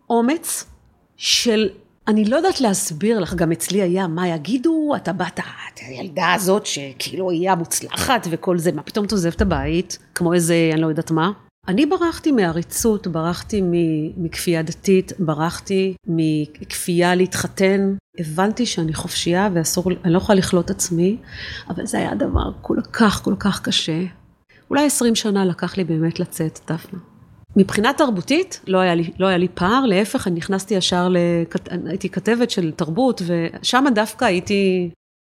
Speaker 3: אומץ של... אני לא יודעת להסביר לך, גם אצלי היה, מה יגידו, אתה באת, הילדה הזאת שכאילו היא המוצלחת וכל זה, מה פתאום תעוזב את הבית, כמו איזה, אני לא יודעת מה. אני ברחתי מעריצות, ברחתי מכפייה דתית, ברחתי מכפייה להתחתן, הבנתי שאני חופשייה ואסור, אני לא יכולה לחלות עצמי, אבל זה היה דבר כל כך, כל כך קשה. אולי עשרים שנה לקח לי באמת לצאת, דפנה. מבחינה תרבותית, לא היה לי, לא היה לי פער, להפך, אני נכנסתי ישר, לכת, הייתי כתבת של תרבות, ושם דווקא הייתי,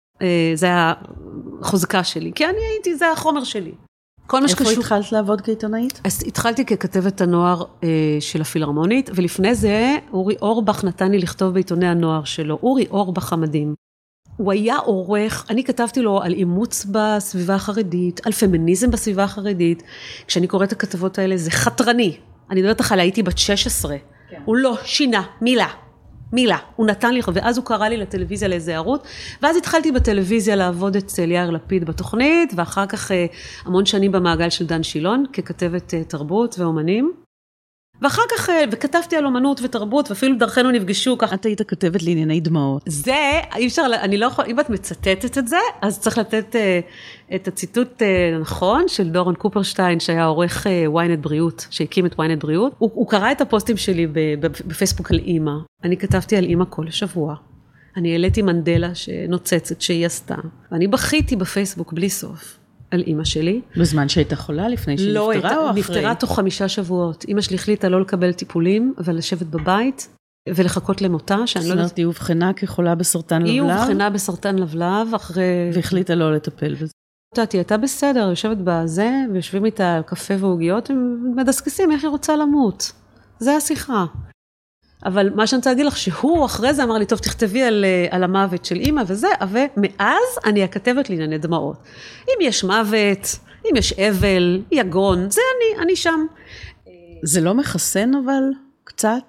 Speaker 3: זה היה חוזקה שלי, כי אני הייתי, זה החומר שלי. כל מה שקשור...
Speaker 2: איפה התחלת לעבוד כעיתונאית?
Speaker 3: אז התחלתי ככתבת הנוער של הפילהרמונית, ולפני זה אורי אורבך נתן לי לכתוב בעיתוני הנוער שלו, אורי אורבך המדהים. הוא היה עורך, אני כתבתי לו על אימוץ בסביבה החרדית, על פמיניזם בסביבה החרדית, כשאני קוראת את הכתבות האלה, זה חתרני. אני יודעת לך, הייתי בת שש עשרה. כן. הוא לא שינה, מילה, מילה. הוא נתן לי, ואז הוא קרא לי לטלוויזיה לאיזה ערוץ, ואז התחלתי בטלוויזיה לעבוד אצל יאיר לפיד בתוכנית, ואחר כך המון שנים במעגל של דן שילון, ככתבת תרבות ואומנים. ואחר כך, וכתבתי על אומנות ותרבות, ואפילו דרכנו נפגשו ככה.
Speaker 2: את היית כתבת לענייני דמעות.
Speaker 3: זה, אי אפשר, אני לא יכולה, אם את מצטטת את זה, אז צריך לתת את הציטוט הנכון של דורון קופרשטיין, שהיה עורך וויינט בריאות, שהקים את וויינט בריאות. הוא, הוא קרא את הפוסטים שלי בפייסבוק על אימא. אני כתבתי על אימא כל שבוע. אני העליתי מנדלה שנוצצת שהיא עשתה. ואני בכיתי בפייסבוק בלי סוף. על אמא שלי.
Speaker 2: בזמן שהייתה חולה לפני שהיא
Speaker 3: לא,
Speaker 2: נפטרה או אחרי?
Speaker 3: נפטרה תוך חמישה שבועות. אמא שלי החליטה לא לקבל טיפולים ולשבת בבית ולחכות למותה.
Speaker 2: זאת אומרת, היא הובחנה כחולה בסרטן לבלב?
Speaker 3: היא הובחנה בסרטן לבלב אחרי...
Speaker 2: והחליטה לא לטפל בזה.
Speaker 3: היא הייתה בסדר, יושבת בזה ויושבים איתה על קפה ועוגיות, הם מדסקסים איך היא רוצה למות. זה השיחה. אבל מה שאני רוצה להגיד לך, שהוא אחרי זה אמר לי, טוב, תכתבי על, על המוות של אמא וזה, ומאז אני הכתבת לענייני דמעות. אם יש מוות, אם יש אבל, יגון, זה אני, אני שם.
Speaker 2: זה לא מחסן אבל קצת?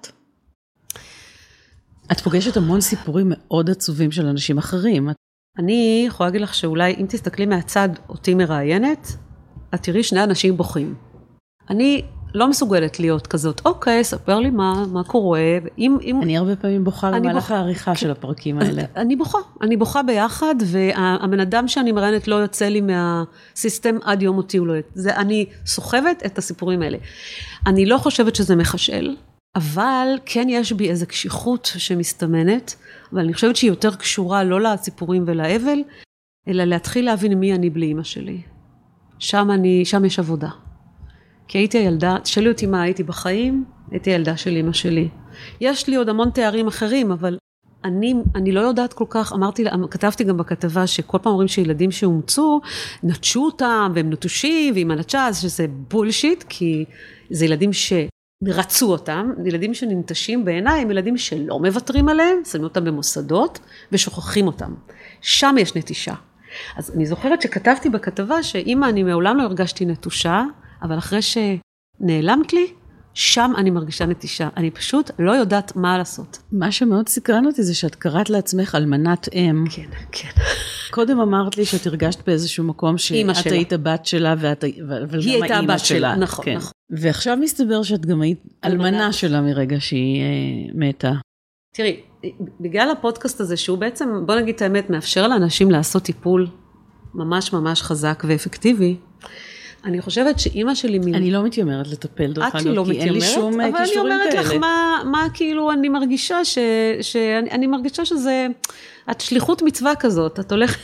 Speaker 2: את פוגשת המון סיפורים מאוד עצובים של אנשים אחרים.
Speaker 3: אני יכולה להגיד לך שאולי אם תסתכלי מהצד אותי מראיינת, את תראי שני אנשים בוכים. אני... לא מסוגלת להיות כזאת, אוקיי, ספר לי מה, מה קורה, ואם, אם...
Speaker 2: אני הרבה פעמים בוכה במהלך העריכה של הפרקים האלה.
Speaker 3: אני בוכה, אני בוכה ביחד, והבן אדם שאני מראיינת לא יוצא לי מהסיסטם עד יום אותי, הוא לא יוצא. זה, אני סוחבת את הסיפורים האלה. אני לא חושבת שזה מחשל, אבל כן יש בי איזו קשיחות שמסתמנת, אבל אני חושבת שהיא יותר קשורה לא לסיפורים ולאבל, אלא להתחיל להבין מי אני בלי אמא שלי. שם אני, שם יש עבודה. כי הייתי הילדה, תשאלי אותי מה הייתי בחיים, הייתי הילדה של אמא שלי. יש לי עוד המון תארים אחרים, אבל אני, אני לא יודעת כל כך, אמרתי, כתבתי גם בכתבה שכל פעם אומרים שילדים שהומצאו, נטשו אותם והם נטושים ועם הנטשה, שזה בולשיט, כי זה ילדים שרצו אותם, ילדים שננטשים בעיניי, הם ילדים שלא מוותרים עליהם, שמים אותם במוסדות ושוכחים אותם. שם יש נטישה. אז אני זוכרת שכתבתי בכתבה שאמא, אני מעולם לא הרגשתי נטושה, אבל אחרי שנעלמת לי, שם אני מרגישה נטישה. אני פשוט לא יודעת מה לעשות.
Speaker 2: מה שמאוד סקרן אותי זה שאת קראת לעצמך אלמנת אם.
Speaker 3: כן, כן.
Speaker 2: קודם אמרת לי שאת הרגשת באיזשהו מקום שאת היית הבת שלה, ואת, אבל
Speaker 3: היא הייתה הבת שלה,
Speaker 2: נכון, כן. נכון. ועכשיו מסתבר שאת גם היית אלמנה שלה מרגע שהיא אה, מתה.
Speaker 3: תראי, בגלל הפודקאסט הזה, שהוא בעצם, בוא נגיד את האמת, מאפשר לאנשים לעשות טיפול ממש ממש חזק ואפקטיבי, אני חושבת שאימא שלי...
Speaker 2: אני לא מתיימרת לטפל דרך אגב,
Speaker 3: לא
Speaker 2: כי אין לי שום כישורים כאלה.
Speaker 3: אבל אני אומרת לך מה, מה כאילו אני מרגישה ש... שאני אני מרגישה שזה... את שליחות מצווה כזאת, את הולכת...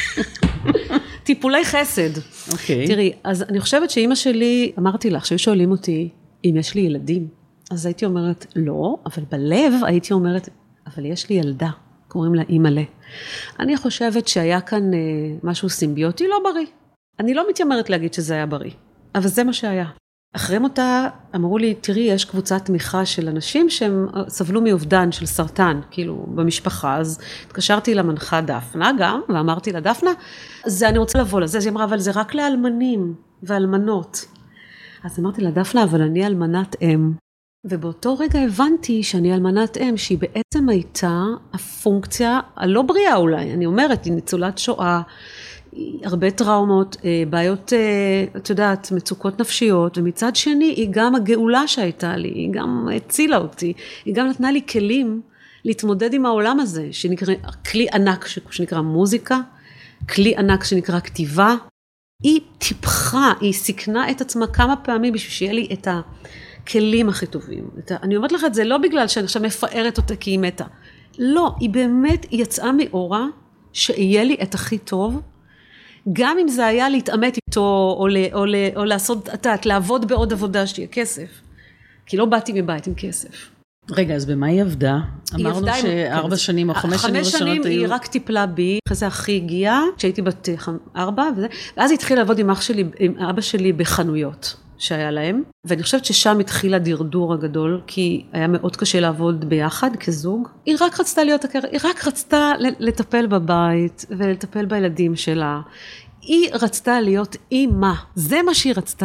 Speaker 3: טיפולי חסד.
Speaker 2: אוקיי.
Speaker 3: תראי, אז אני חושבת שאימא שלי, אמרתי לך, שהיו שואלים אותי, אם יש לי ילדים, אז הייתי אומרת, לא, אבל בלב הייתי אומרת, אבל יש לי ילדה, קוראים לה אימא לה. אני חושבת שהיה כאן משהו סימביוטי, לא בריא. אני לא מתיימרת להגיד שזה היה בריא, אבל זה מה שהיה. אחרי מותה אמרו לי, תראי, יש קבוצת תמיכה של אנשים שהם סבלו מאובדן של סרטן, כאילו במשפחה, אז התקשרתי למנחה דפנה גם, ואמרתי לה, דפנה, זה אני רוצה לבוא לזה, אז היא אמרה, אבל זה רק לאלמנים ואלמנות. אז אמרתי לה, דפנה, אבל אני אלמנת אם. ובאותו רגע הבנתי שאני אלמנת אם, שהיא בעצם הייתה הפונקציה הלא בריאה אולי, אני אומרת, היא ניצולת שואה, הרבה טראומות, בעיות, את יודעת, מצוקות נפשיות, ומצד שני היא גם הגאולה שהייתה לי, היא גם הצילה אותי, היא גם נתנה לי כלים להתמודד עם העולם הזה, שנקרא, כלי ענק שנקרא מוזיקה, כלי ענק שנקרא כתיבה, היא טיפחה, היא סיכנה את עצמה כמה פעמים בשביל שיהיה לי את הכלים הכי טובים. אני אומרת לך את זה לא בגלל שאני עכשיו מפארת אותה כי היא מתה, לא, היא באמת יצאה מאורה שיהיה לי את הכי טוב, גם אם זה היה להתאמת איתו, או, ל, או, ל, או לעשות, את, לעבוד בעוד עבודה שתהיה כסף. כי לא באתי מבית עם כסף.
Speaker 2: רגע, אז במה היא עבדה? היא אמרנו עבדה שארבע עם... שנים או חמש שנים ראשונות היו...
Speaker 3: חמש שנים היא רק טיפלה בי, אחרי זה הכי הגיעה, כשהייתי בת ארבע, וזה, ואז היא התחילה לעבוד עם אח שלי, עם אבא שלי בחנויות שהיה להם, ואני חושבת ששם התחיל הדרדור הגדול, כי היה מאוד קשה לעבוד ביחד כזוג. היא רק רצתה להיות הקריירה, היא רק רצתה לטפל בבית, ולטפל בילדים שלה. היא רצתה להיות אימא, זה מה שהיא רצתה,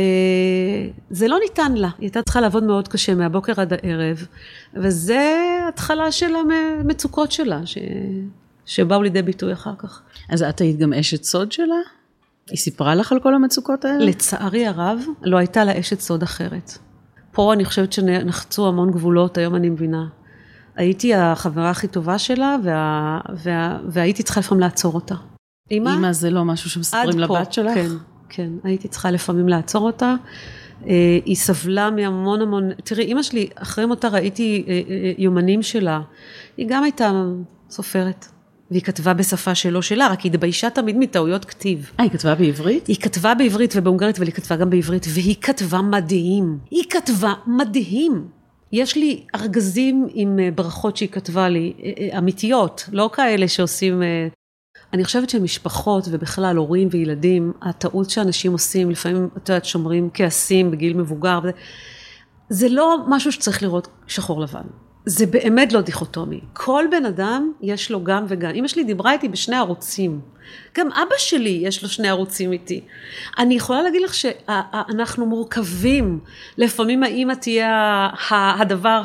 Speaker 3: וזה לא ניתן לה. היא הייתה צריכה לעבוד מאוד קשה מהבוקר עד הערב, וזה התחלה של המצוקות שלה, ש... שבאו לידי ביטוי אחר כך.
Speaker 2: אז את היית גם אשת סוד שלה? היא סיפרה לך על כל המצוקות האלה?
Speaker 3: לצערי הרב, לא הייתה לה אשת סוד אחרת. פה אני חושבת שנחצו המון גבולות, היום אני מבינה. הייתי החברה הכי טובה שלה, וה, וה, והייתי צריכה לפעמים לעצור אותה. אמא?
Speaker 2: אמא זה לא משהו שמספרים לבת שלך?
Speaker 3: כן, כן, הייתי צריכה לפעמים לעצור אותה. היא סבלה מהמון המון, תראי, אמא שלי, אחרי מותה ראיתי יומנים שלה, היא גם הייתה סופרת. והיא כתבה בשפה שלא שלה, רק היא התביישה תמיד מטעויות כתיב.
Speaker 2: אה, היא כתבה בעברית?
Speaker 3: היא כתבה בעברית ובהונגרית, אבל היא כתבה גם בעברית, והיא כתבה מדהים. היא כתבה מדהים. יש לי ארגזים עם ברכות שהיא כתבה לי, אמיתיות, לא כאלה שעושים... אני חושבת שמשפחות ובכלל הורים וילדים, הטעות שאנשים עושים, לפעמים, את יודעת, שומרים כעסים בגיל מבוגר, זה לא משהו שצריך לראות שחור לבן. זה באמת לא דיכוטומי. כל בן אדם יש לו גם וגם. אמא שלי דיברה איתי בשני ערוצים. גם אבא שלי יש לו שני ערוצים איתי. אני יכולה להגיד לך שאנחנו מורכבים. לפעמים האמא תהיה הדבר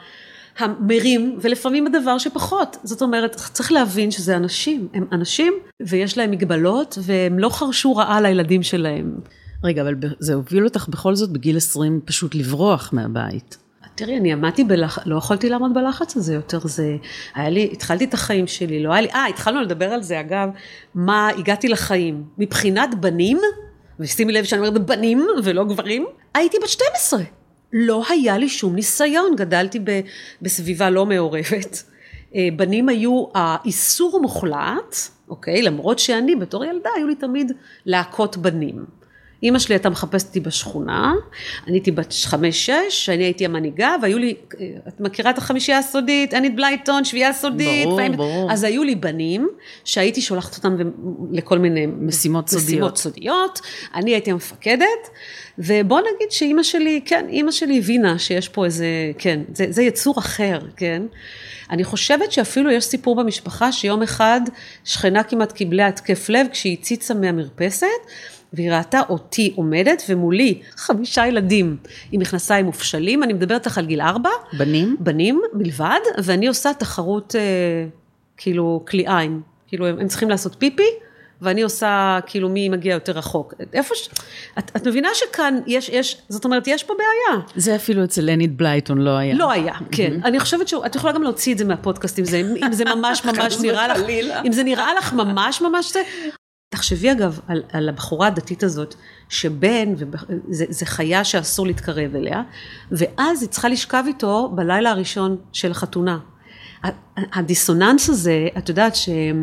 Speaker 3: המרים, ולפעמים הדבר שפחות. זאת אומרת, צריך להבין שזה אנשים. הם אנשים ויש להם מגבלות, והם לא חרשו רעה לילדים שלהם.
Speaker 2: רגע, אבל זה הוביל אותך בכל זאת בגיל עשרים פשוט לברוח מהבית.
Speaker 3: תראי, אני עמדתי בלחץ, לא יכולתי לעמוד בלחץ הזה יותר, זה, היה לי, התחלתי את החיים שלי, לא היה לי, אה, התחלנו לדבר על זה, אגב, מה, הגעתי לחיים, מבחינת בנים, ושימי לב שאני אומרת בנים ולא גברים, הייתי בת שתים עשרה, לא היה לי שום ניסיון, גדלתי ב, בסביבה לא מעורבת, בנים היו האיסור מוחלט, אוקיי, למרות שאני בתור ילדה, היו לי תמיד להקות בנים, אמא שלי הייתה מחפשת אותי בשכונה, אני הייתי בת חמש שש, אני הייתי המנהיגה, והיו לי, את מכירה את החמישייה הסודית, אנית בלייטון, שביעייה סודית,
Speaker 2: ברור,
Speaker 3: פעמים,
Speaker 2: ברור.
Speaker 3: אז היו לי בנים, שהייתי שולחת אותם לכל מיני
Speaker 2: משימות סודיות.
Speaker 3: משימות סודיות, אני הייתי המפקדת, ובוא נגיד שאמא שלי, כן, אמא שלי הבינה שיש פה איזה, כן, זה, זה יצור אחר, כן, אני חושבת שאפילו יש סיפור במשפחה, שיום אחד שכנה כמעט קיבלה התקף לב, כשהיא הציצה מהמרפסת, והיא ראתה אותי עומדת, ומולי חמישה ילדים עם מכנסיים מופשלים, אני מדברת לך על גיל ארבע.
Speaker 2: בנים?
Speaker 3: בנים בלבד, ואני עושה תחרות אה, כאילו כליאיים, כאילו הם, הם צריכים לעשות פיפי, ואני עושה כאילו מי מגיע יותר רחוק. איפה ש... את, את מבינה שכאן יש, יש, זאת אומרת, יש פה בעיה.
Speaker 2: זה אפילו אצל אנית בלייטון לא היה.
Speaker 3: לא היה, כן. אני חושבת שאת יכולה גם להוציא את זה מהפודקאסט, אם זה, אם זה ממש ממש נראה לך, אם זה נראה לך ממש ממש זה... תחשבי אגב על, על הבחורה הדתית הזאת, שבן, זה, זה חיה שאסור להתקרב אליה, ואז היא צריכה לשכב איתו בלילה הראשון של החתונה. הדיסוננס הזה, את יודעת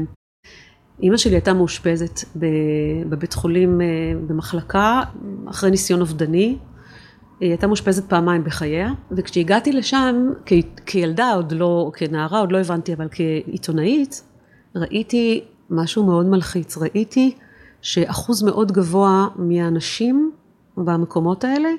Speaker 3: שאמא שלי הייתה מאושפזת בבית חולים, במחלקה, אחרי ניסיון אובדני, היא הייתה מאושפזת פעמיים בחייה, וכשהגעתי לשם, כ, כילדה עוד לא, כנערה עוד לא הבנתי, אבל כעיתונאית, ראיתי משהו מאוד מלחיץ, ראיתי שאחוז מאוד גבוה מהאנשים במקומות האלה,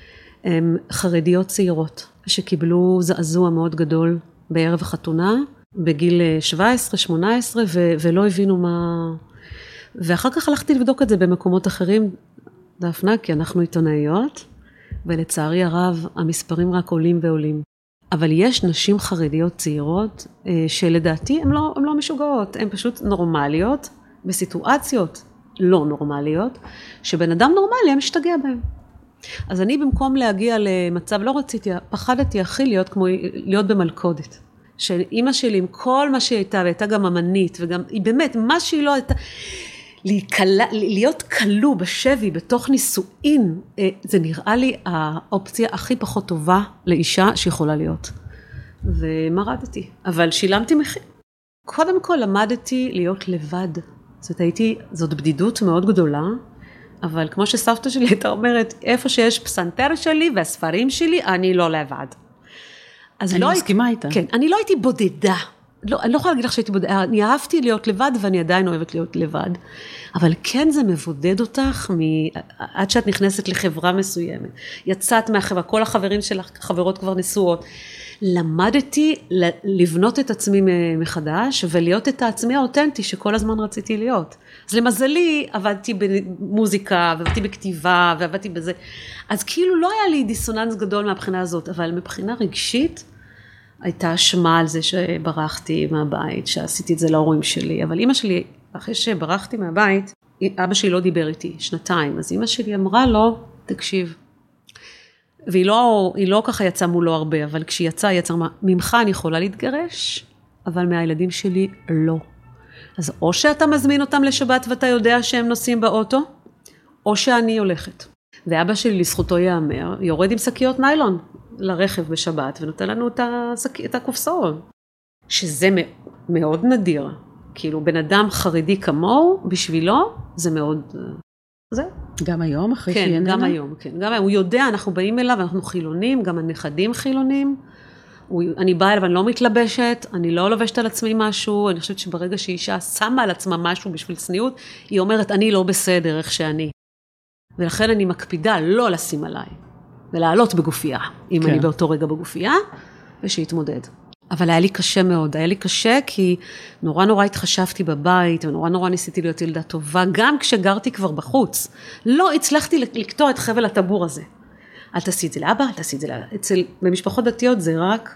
Speaker 3: הם חרדיות צעירות, שקיבלו זעזוע מאוד גדול בערב החתונה, בגיל שבע עשרה שמונה עשרה, ו- ולא הבינו מה... ואחר כך הלכתי לבדוק את זה במקומות אחרים, דפנה, כי אנחנו עיתונאיות, ולצערי הרב המספרים רק עולים ועולים. אבל יש נשים חרדיות צעירות, שלדעתי הן לא, הן לא משוגעות, הן פשוט נורמליות, בסיטואציות לא נורמליות, שבן אדם נורמלי הם משתגע בהם. אז אני במקום להגיע למצב, לא רציתי, פחדתי הכי להיות כמו, להיות במלכודת. שאמא שלי עם כל מה שהיא הייתה, והייתה גם אמנית, וגם, היא באמת, מה שהיא לא הייתה, להיקלה, להיות קלו בשבי בתוך נישואין, זה נראה לי האופציה הכי פחות טובה לאישה שיכולה להיות. ומרדתי, אבל שילמתי מחיר. קודם כל למדתי להיות לבד. זאת הייתי, זאת בדידות מאוד גדולה, אבל כמו שסבתא שלי הייתה אומרת, איפה שיש פסנתר שלי והספרים שלי, אני לא לבד.
Speaker 2: אני לא מסכימה איתה.
Speaker 3: כן, אני לא הייתי בודדה. לא, אני לא יכולה להגיד לך שהייתי בודדה, אני אהבתי להיות לבד ואני עדיין אוהבת להיות לבד, אבל כן זה מבודד אותך מ... עד שאת נכנסת לחברה מסוימת, יצאת מהחברה, כל החברים שלך, חברות כבר נשואות, למדתי לבנות את עצמי מחדש ולהיות את העצמי האותנטי שכל הזמן רציתי להיות. אז למזלי עבדתי במוזיקה ועבדתי בכתיבה ועבדתי בזה, אז כאילו לא היה לי דיסוננס גדול מהבחינה הזאת, אבל מבחינה רגשית, הייתה אשמה על זה שברחתי מהבית, שעשיתי את זה להורים שלי, אבל אמא שלי, אחרי שברחתי מהבית, אבא שלי לא דיבר איתי שנתיים, אז אמא שלי אמרה לו, תקשיב, והיא לא, היא לא ככה יצאה מולו הרבה, אבל כשהיא יצאה, היא יצאה, ממך אני יכולה להתגרש, אבל מהילדים שלי לא. אז או שאתה מזמין אותם לשבת ואתה יודע שהם נוסעים באוטו, או שאני הולכת. ואבא שלי, לזכותו יאמר, יורד עם שקיות ניילון לרכב בשבת, ונותן לנו את, השק... את הקופסאות. שזה מאוד נדיר. כאילו, בן אדם חרדי כמוהו, בשבילו, זה מאוד... זה.
Speaker 2: גם היום, אחרי
Speaker 3: כן,
Speaker 2: שהיא איננה?
Speaker 3: כן, גם היום, כן. גם היום. הוא יודע, אנחנו באים אליו, אנחנו חילונים, גם הנכדים חילונים. הוא, אני באה אליו, אני לא מתלבשת, אני לא לובשת על עצמי משהו, אני חושבת שברגע שאישה שמה על עצמה משהו בשביל צניעות, היא אומרת, אני לא בסדר, איך שאני. ולכן אני מקפידה לא לשים עליי, ולעלות בגופייה, אם כן. אני באותו רגע בגופייה, ושיתמודד. אבל היה לי קשה מאוד, היה לי קשה כי נורא נורא התחשבתי בבית, ונורא נורא ניסיתי להיות ילדה טובה, גם כשגרתי כבר בחוץ. לא הצלחתי לקטוע את חבל הטבור הזה. אל תעשי את זה לאבא, אל תעשי את זה לאבא. אצל, במשפחות דתיות זה רק...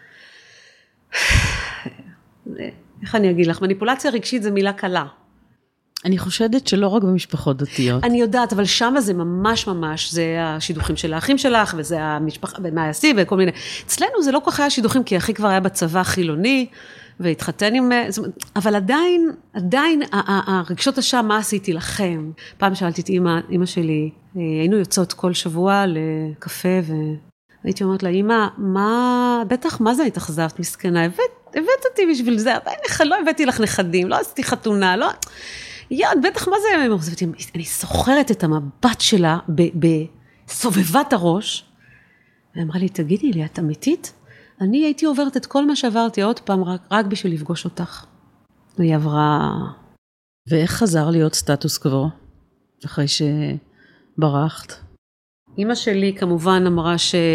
Speaker 3: איך אני אגיד לך? מניפולציה רגשית זה מילה קלה.
Speaker 2: אני חושדת שלא רק במשפחות דתיות.
Speaker 3: אני יודעת, אבל שם זה ממש ממש, זה השידוכים של האחים שלך, וזה המשפחה, ומהיסי, וכל מיני. אצלנו זה לא כל כך היה שידוכים, כי אחי כבר היה בצבא חילוני, והתחתן עם... אבל עדיין, עדיין, הרגשות השם, מה עשיתי לכם? פעם שאלתי את אמא, אמא שלי, היינו יוצאות כל שבוע לקפה, והייתי אומרת לה, אמא, מה, בטח, מה זה התאכזבת מסכנה? הבאת, הבאת אותי בשביל זה, לא הבאתי לך נכדים, לא עשיתי חתונה, לא... יד, בטח מה זה? אני סוחרת את המבט שלה בסובבת הראש, ואמרה לי, תגידי לי, את אמיתית? אני הייתי עוברת את כל מה שעברתי עוד פעם, רק, רק בשביל לפגוש אותך. והיא עברה...
Speaker 2: ואיך חזר להיות סטטוס קוו, אחרי שברחת?
Speaker 3: אמא שלי כמובן אמרה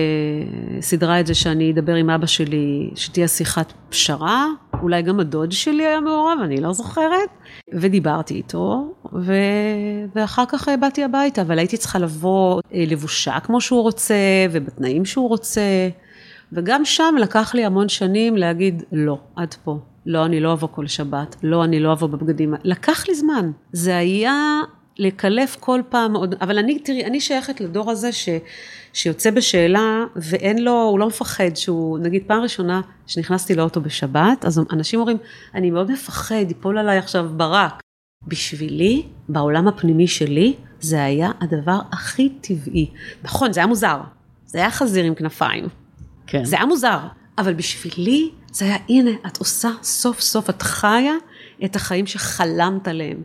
Speaker 3: שסדרה את זה שאני אדבר עם אבא שלי, שתהיה שיחת פשרה, אולי גם הדוד שלי היה מעורב, אני לא זוכרת, ודיברתי איתו, ו... ואחר כך באתי הביתה, אבל הייתי צריכה לבוא לבושה כמו שהוא רוצה, ובתנאים שהוא רוצה, וגם שם לקח לי המון שנים להגיד, לא, עד פה, לא, אני לא אבוא כל שבת, לא, אני לא אבוא בבגדים, לקח לי זמן, זה היה... לקלף כל פעם עוד, אבל אני, תראי, אני שייכת לדור הזה ש, שיוצא בשאלה, ואין לו, הוא לא מפחד שהוא, נגיד פעם ראשונה שנכנסתי לאוטו בשבת, אז אנשים אומרים, אני מאוד מפחד, ייפול עליי עכשיו ברק. בשבילי, בעולם הפנימי שלי, זה היה הדבר הכי טבעי. נכון, זה היה מוזר. זה היה חזיר עם כנפיים.
Speaker 2: כן.
Speaker 3: זה היה מוזר. אבל בשבילי, זה היה, הנה, את עושה סוף סוף, את חיה את החיים שחלמת עליהם.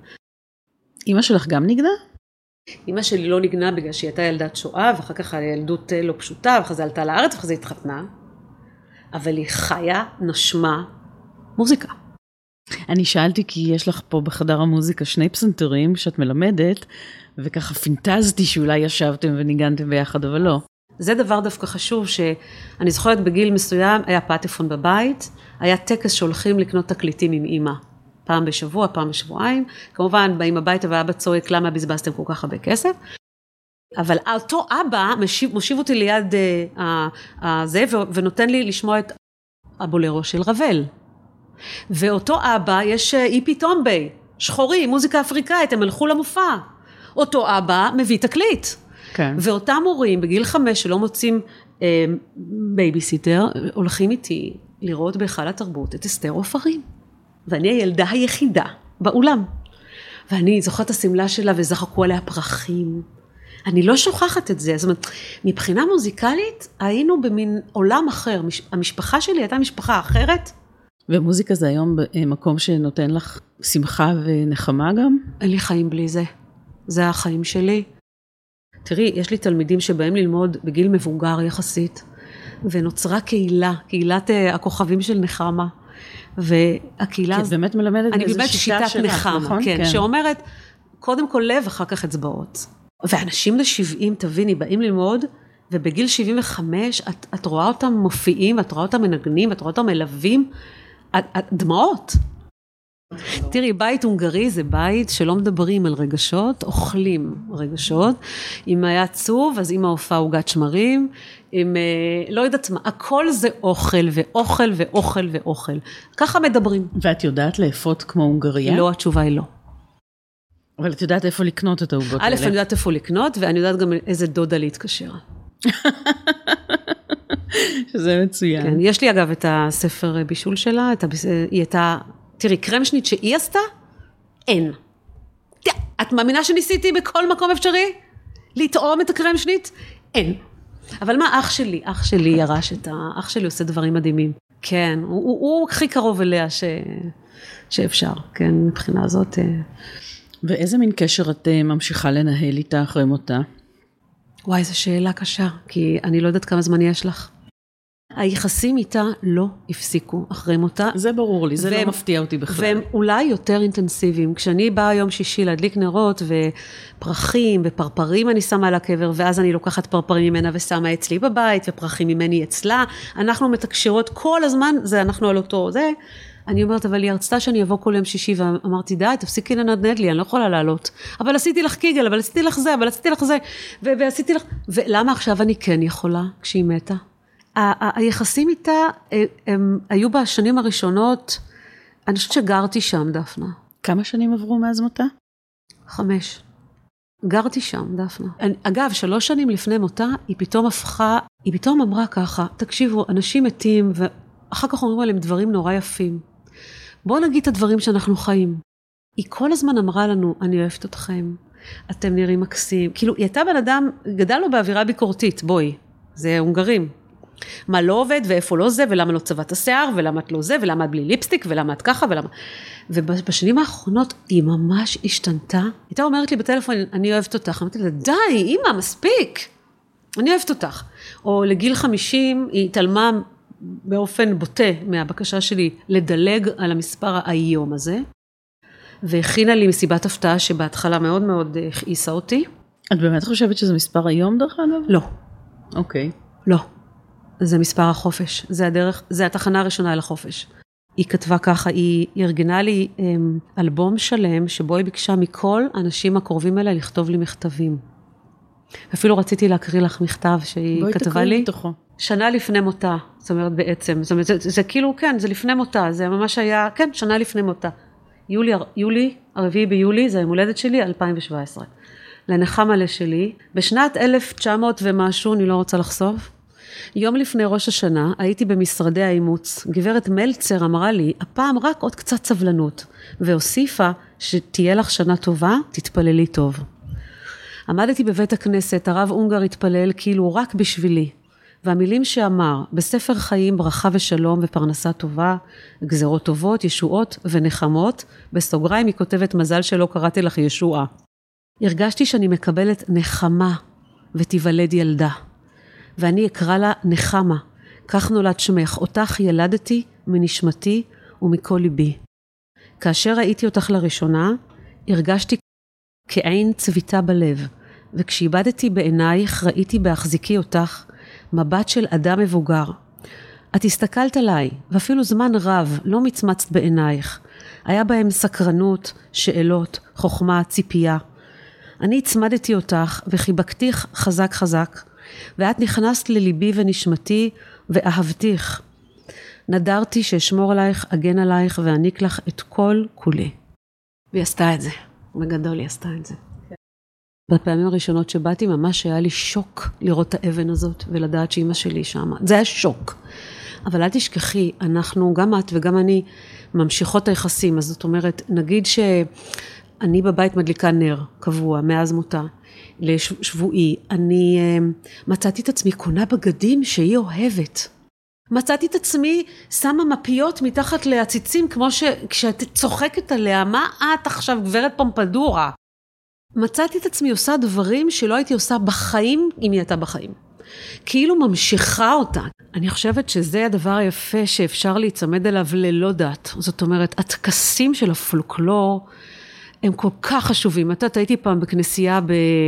Speaker 2: אמא שלך גם נגנה?
Speaker 3: אמא שלי לא נגנה בגלל שהיא הייתה ילדת שואה, ואחר כך הילדות לא פשוטה, ואחר זה עלתה לארץ, ואחר זה התחתנה. אבל היא חיה, נשמה, מוזיקה.
Speaker 2: אני שאלתי כי יש לך פה בחדר המוזיקה שני פסנתרים שאת מלמדת, וככה פינטזתי שאולי ישבתם וניגנתם ביחד, אבל לא.
Speaker 3: זה דבר דווקא חשוב, שאני זוכרת בגיל מסוים, היה פטפון בבית, היה טקס שהולכים לקנות תקליטים עם אמא. פעם בשבוע, פעם בשבועיים, כמובן באים הביתה ואבא צועק, למה בזבזתם כל כך הרבה כסף? אבל אותו אבא משיב, מושיב אותי ליד הזה, ונותן לי לשמוע את הבולרו של רבל. ואותו אבא, יש איפי טומבי, שחורי, מוזיקה אפריקאית, הם הלכו למופע. אותו אבא מביא תקליט.
Speaker 2: כן.
Speaker 3: ואותם הורים, בגיל חמש, שלא מוצאים אה, בייביסיטר, הולכים איתי לראות בהיכל התרבות את אסתר עופרים. ואני הילדה היחידה באולם. ואני זוכרת את הסמלה שלה וזחקו עליה פרחים. אני לא שוכחת את זה. זאת אומרת, מבחינה מוזיקלית היינו במין עולם אחר. המשפחה שלי הייתה משפחה אחרת.
Speaker 2: ומוזיקה זה היום מקום שנותן לך שמחה ונחמה גם?
Speaker 3: אין לי חיים בלי זה. זה החיים שלי. תראי, יש לי תלמידים שבאים ללמוד בגיל מבוגר יחסית, ונוצרה קהילה, קהילת הכוכבים של נחמה. והקהילה...
Speaker 2: כי את באמת מלמדת
Speaker 3: אני באמת שיטת נחמה,
Speaker 2: נכון?
Speaker 3: כן,
Speaker 2: כן.
Speaker 3: שאומרת, קודם כל לב, אחר כך אצבעות. ואנשים לשבעים, תביני, באים ללמוד, ובגיל שבעים וחמש, את, את רואה אותם מופיעים, את רואה אותם מנגנים, את רואה אותם מלווים, את, את, דמעות. תראי, בית הונגרי זה בית שלא מדברים על רגשות, אוכלים רגשות. אם היה עצוב, אז אם ההופעה עוגת שמרים, אם לא יודעת מה, הכל זה אוכל ואוכל ואוכל ואוכל. ככה מדברים.
Speaker 2: ואת יודעת לאפות כמו הונגריה?
Speaker 3: לא, התשובה היא לא.
Speaker 2: אבל את יודעת איפה לקנות את העוגות האלה?
Speaker 3: א', אני יודעת איפה לקנות, ואני יודעת גם איזה דודה להתקשר.
Speaker 2: שזה מצוין.
Speaker 3: כן, יש לי אגב את הספר בישול שלה, את ה... היא הייתה, תראי, קרמשנית שהיא עשתה, אין. את מאמינה שניסיתי בכל מקום אפשרי? לטעום את הקרמשנית? אין. אבל מה, אח שלי, אח שלי ירש את ה... אח שלי עושה דברים מדהימים. כן, הוא, הוא, הוא הכי קרוב אליה ש... שאפשר, כן, מבחינה הזאת.
Speaker 2: ואיזה מין קשר את ממשיכה לנהל איתה אחרי מותה?
Speaker 3: וואי, זו שאלה קשה, כי אני לא יודעת כמה זמן יש לך. היחסים איתה לא הפסיקו אחרי מותה.
Speaker 2: זה ברור לי, זה והם, לא מפתיע אותי בכלל.
Speaker 3: והם אולי יותר אינטנסיביים. כשאני באה יום שישי להדליק נרות ופרחים ופרפרים אני שמה על הקבר, ואז אני לוקחת פרפרים ממנה ושמה אצלי בבית, ופרחים ממני אצלה. אנחנו מתקשרות כל הזמן, זה אנחנו על אותו, זה. אני אומרת, אבל היא רצתה שאני אבוא כל יום שישי, ואמרתי, די, תפסיקי לנדנד לי, אני לא יכולה לעלות. אבל עשיתי לך קיגל, אבל עשיתי לך זה, אבל עשיתי לך זה, ו- ועשיתי לך... ולמה עכשיו אני כן יכולה, כשהיא מתה? ה- היחסים איתה, הם היו בשנים הראשונות, אני חושבת שגרתי שם, דפנה.
Speaker 2: כמה שנים עברו מאז מותה? חמש.
Speaker 3: גרתי שם, דפנה. אגב, שלוש שנים לפני מותה, היא פתאום הפכה, היא פתאום אמרה ככה, תקשיבו, אנשים מתים, ואחר כך אומרים עליהם דברים נורא יפים. בואו נגיד את הדברים שאנחנו חיים. היא כל הזמן אמרה לנו, אני אוהבת אתכם, אתם נראים מקסים. כאילו, היא הייתה בן אדם, גדל לו באווירה ביקורתית, בואי, זה הונגרים. מה לא עובד, ואיפה לא זה, ולמה לא צבעת השיער, ולמה את לא זה, ולמה את בלי ליפסטיק, ולמה את ככה, ולמה... ובשנים האחרונות היא ממש השתנתה. הייתה אומרת לי בטלפון, אני אוהבת אותך. אמרתי לה, די, אמא, מספיק. אני אוהבת אותך. או לגיל חמישים, היא התעלמה באופן בוטה מהבקשה שלי לדלג על המספר האיום הזה, והכינה לי מסיבת הפתעה שבהתחלה מאוד מאוד הכעיסה אותי.
Speaker 2: את באמת חושבת שזה מספר היום דרך אגב?
Speaker 3: לא.
Speaker 2: אוקיי.
Speaker 3: לא. זה מספר החופש. זה הדרך, זה התחנה הראשונה אל החופש. היא כתבה ככה, היא ארגנה לי אלבום שלם, שבו היא ביקשה מכל האנשים הקרובים אליה לכתוב לי מכתבים. אפילו רציתי להקריא לך מכתב שהיא כתבה לי.
Speaker 2: בתוכו.
Speaker 3: שנה לפני מותה, זאת אומרת בעצם, זאת אומרת, זה, זה, זה כאילו, כן, זה לפני מותה, זה ממש היה, כן, שנה לפני מותה. יולי, יולי, הרביעי ביולי, זה היום הולדת שלי, אלפיים שבע עשרה. לנחם מלא שלי, בשנת אלף תשע מאות ומשהו, אני לא רוצה לחשוף, יום לפני ראש השנה, הייתי במשרדי האימוץ, גברת מלצר אמרה לי, הפעם רק עוד קצת סבלנות, והוסיפה שתהיה לך שנה טובה, תתפללי טוב. עמדתי בבית הכנסת, הרב אונגר התפלל כאילו רק בשבילי, והמילים שאמר, בספר חיים ברכה ושלום ופרנסה טובה, גזרות טובות, ישועות ונחמות, בסוגריים היא כותבת מזל שלא קראתי לך ישועה. הרגשתי שאני מקבלת נחמה ותיוולד ילדה, ואני אקרא לה נחמה, כך נולד שמך, אותך ילדתי מנשמתי ומכל ליבי. כאשר ראיתי אותך לראשונה, הרגשתי כעין צביטה בלב, וכשאיבדתי בעינייך ראיתי בהחזיקי אותך, מבט של אדם מבוגר. את הסתכלת עליי, ואפילו זמן רב לא מצמצת בעינייך. היה בהם סקרנות, שאלות, חוכמה, ציפייה. אני הצמדתי אותך וחיבקתיך חזק חזק, ואת נכנסת לליבי ונשמתי ואהבתיך. נדרתי שאשמור עלייך, אגן עלייך ואעניק לך את כל כולי. והיא עשתה את זה. בגדול היא עשתה את זה. בפעמים הראשונות שבאתי ממש היה לי שוק לראות את האבן הזאת ולדעת שאמא שלי שמה. זה היה שוק. אבל אל תשכחי, אנחנו, גם את וגם אני, ממשיכות היחסים. אז זאת אומרת, נגיד שאני בבית מדליקה נר קבוע, מאז מותה, לשבועי. אני מצאתי את עצמי קונה בגדים שהיא אוהבת. מצאתי את עצמי שמה מפיות מתחת להציצים, כמו שכשאת צוחקת עליה, מה את עכשיו גברת פומפדורה? מצאתי את עצמי עושה דברים שלא הייתי עושה בחיים, אם היא הייתה בחיים. כאילו ממשיכה אותה. אני חושבת שזה הדבר היפה שאפשר להצמד אליו ללא דת. זאת אומרת, הטקסים של הפולקלור הם כל כך חשובים. את יודעת, הייתי פעם בכנסייה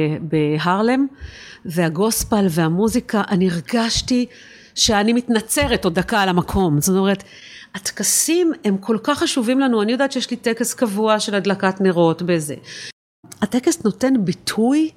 Speaker 3: בהרלם, והגוספל והמוזיקה, אני הרגשתי שאני מתנצרת עוד דקה על המקום. זאת אומרת, הטקסים הם כל כך חשובים לנו. אני יודעת שיש לי טקס קבוע של הדלקת נרות בזה. הטקס נותן ביטוי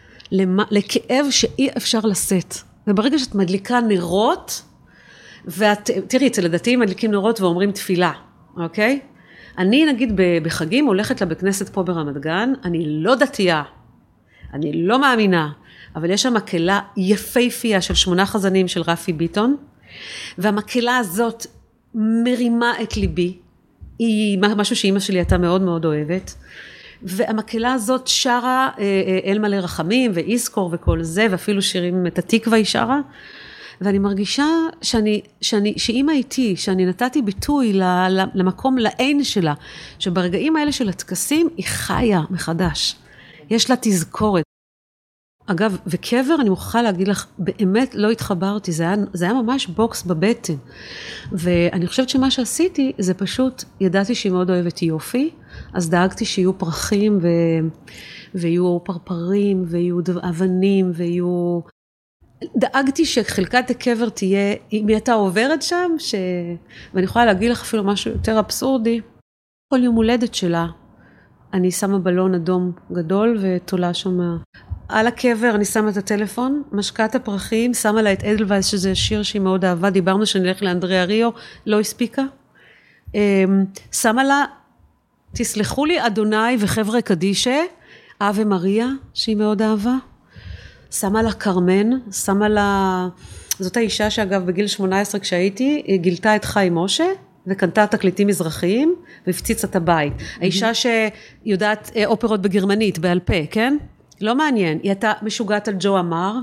Speaker 3: לכאב שאי אפשר לשאת. וברגע שאת מדליקה נרות, ואת, תראי, אצל הדתיים מדליקים נרות ואומרים תפילה, אוקיי? אני נגיד בחגים הולכת לבית כנסת פה ברמת גן, אני לא דתייה, אני לא מאמינה, אבל יש שם מקהלה יפהפייה של שמונה חזנים של רפי ביטון, והמקהלה הזאת מרימה את ליבי, היא משהו שאימא שלי הייתה מאוד מאוד אוהבת, והמקהלה הזאת שרה אל מלא רחמים ואיסקור וכל זה, ואפילו שירים את התקווה היא שרה, ואני מרגישה שאני, שאני, שאימא איתי, שאני נתתי ביטוי למקום, לעין שלה, שברגעים האלה של הטקסים היא חיה מחדש, יש לה תזכורת. אגב, וקבר, אני מוכרחה להגיד לך, באמת לא התחברתי, זה היה, זה היה ממש בוקס בבטן, ואני חושבת שמה שעשיתי, זה פשוט, ידעתי שהיא מאוד אוהבת יופי, אז דאגתי שיהיו פרחים, ו... ויהיו פרפרים, ויהיו אבנים, ויהיו... דאגתי שחלקת הקבר תהיה, אם היא הייתה עוברת שם, ש... ואני יכולה להגיד לך אפילו משהו יותר אבסורדי, כל יום הולדת שלה, אני שמה בלון אדום גדול, ותולה שם... על הקבר אני שמה את הטלפון, משקעת הפרחים, שמה לה את אדלווייס, שזה שיר שהיא מאוד אהבה, דיברנו שנלך לאנדריה ריו, לא הספיקה. שמה לה, תסלחו לי אדוני וחבר'ה קדישה, אבה מריה, שהיא מאוד אהבה. שמה לה קרמן, שמה לה, זאת האישה שאגב בגיל שמונה עשרה כשהייתי, היא גילתה את חיים משה, וקנתה תקליטים מזרחיים, והפציצה את הבית. האישה שיודעת אופרות בגרמנית, בעל פה, כן? לא מעניין, היא הייתה משוגעת על ג'ו אמר,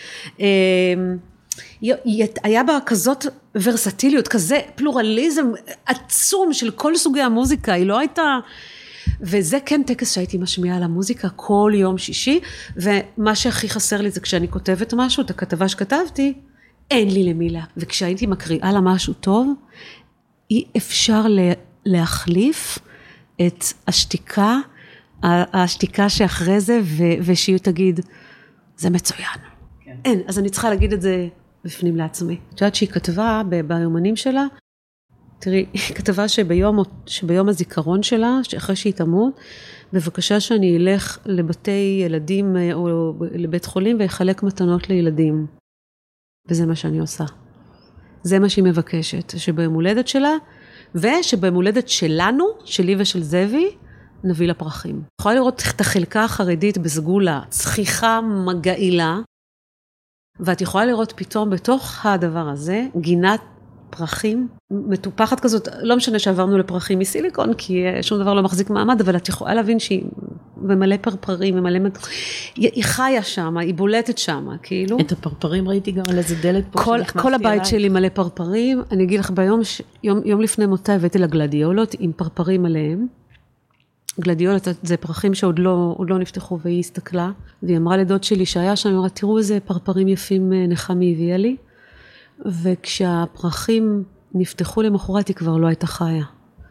Speaker 3: היה בה כזאת ורסטיליות, כזה פלורליזם עצום של כל סוגי המוזיקה, היא לא הייתה, וזה כן טקס שהייתי משמיעה על המוזיקה כל יום שישי, ומה שהכי חסר לי זה כשאני כותבת משהו, את הכתבה שכתבתי, אין לי למילה, וכשהייתי מקריאה לה משהו טוב, אי אפשר להחליף את השתיקה, השתיקה שאחרי זה, ושהיא תגיד, זה מצוין. כן. אין, אז אני צריכה להגיד את זה בפנים לעצמי. את יודעת שהיא כתבה ביומנים שלה, תראי, היא כתבה שביום, שביום הזיכרון שלה, שאחרי שהיא תמות, בבקשה שאני אלך לבתי ילדים או לבית חולים, ויחלק מתנות לילדים. וזה מה שאני עושה. זה מה שהיא מבקשת, שביום הולדת שלה, ושביום הולדת שלנו, שלי ושל זאבי, נביא לפרחים. יכולה לראות את החלקה החרדית בסגולה, צחיחה מגעילה, ואת יכולה לראות פתאום בתוך הדבר הזה, גינת פרחים מטופחת כזאת, לא משנה שעברנו לפרחים מסיליקון, כי שום דבר לא מחזיק מעמד, אבל את יכולה להבין שהיא ממלא פרפרים, ממלא... היא חיה שם, היא בולטת שם, כאילו.
Speaker 2: את הפרפרים ראיתי גם על איזה דלת פה
Speaker 3: כל, כל הבית עליי. שלי מלא פרפרים, אני אגיד לך, ביום, יום, יום לפני מותה הבאתי לה גלדיולות עם פרפרים עליהם, גלדיולות זה פרחים שעוד לא, עוד לא נפתחו, והיא הסתכלה, והיא אמרה לדוד שלי שהיה שם, היא אמרה, תראו איזה פרפרים יפים נחמי הביאה לי, וכשהפרחים נפתחו למחרת, היא כבר לא הייתה חיה.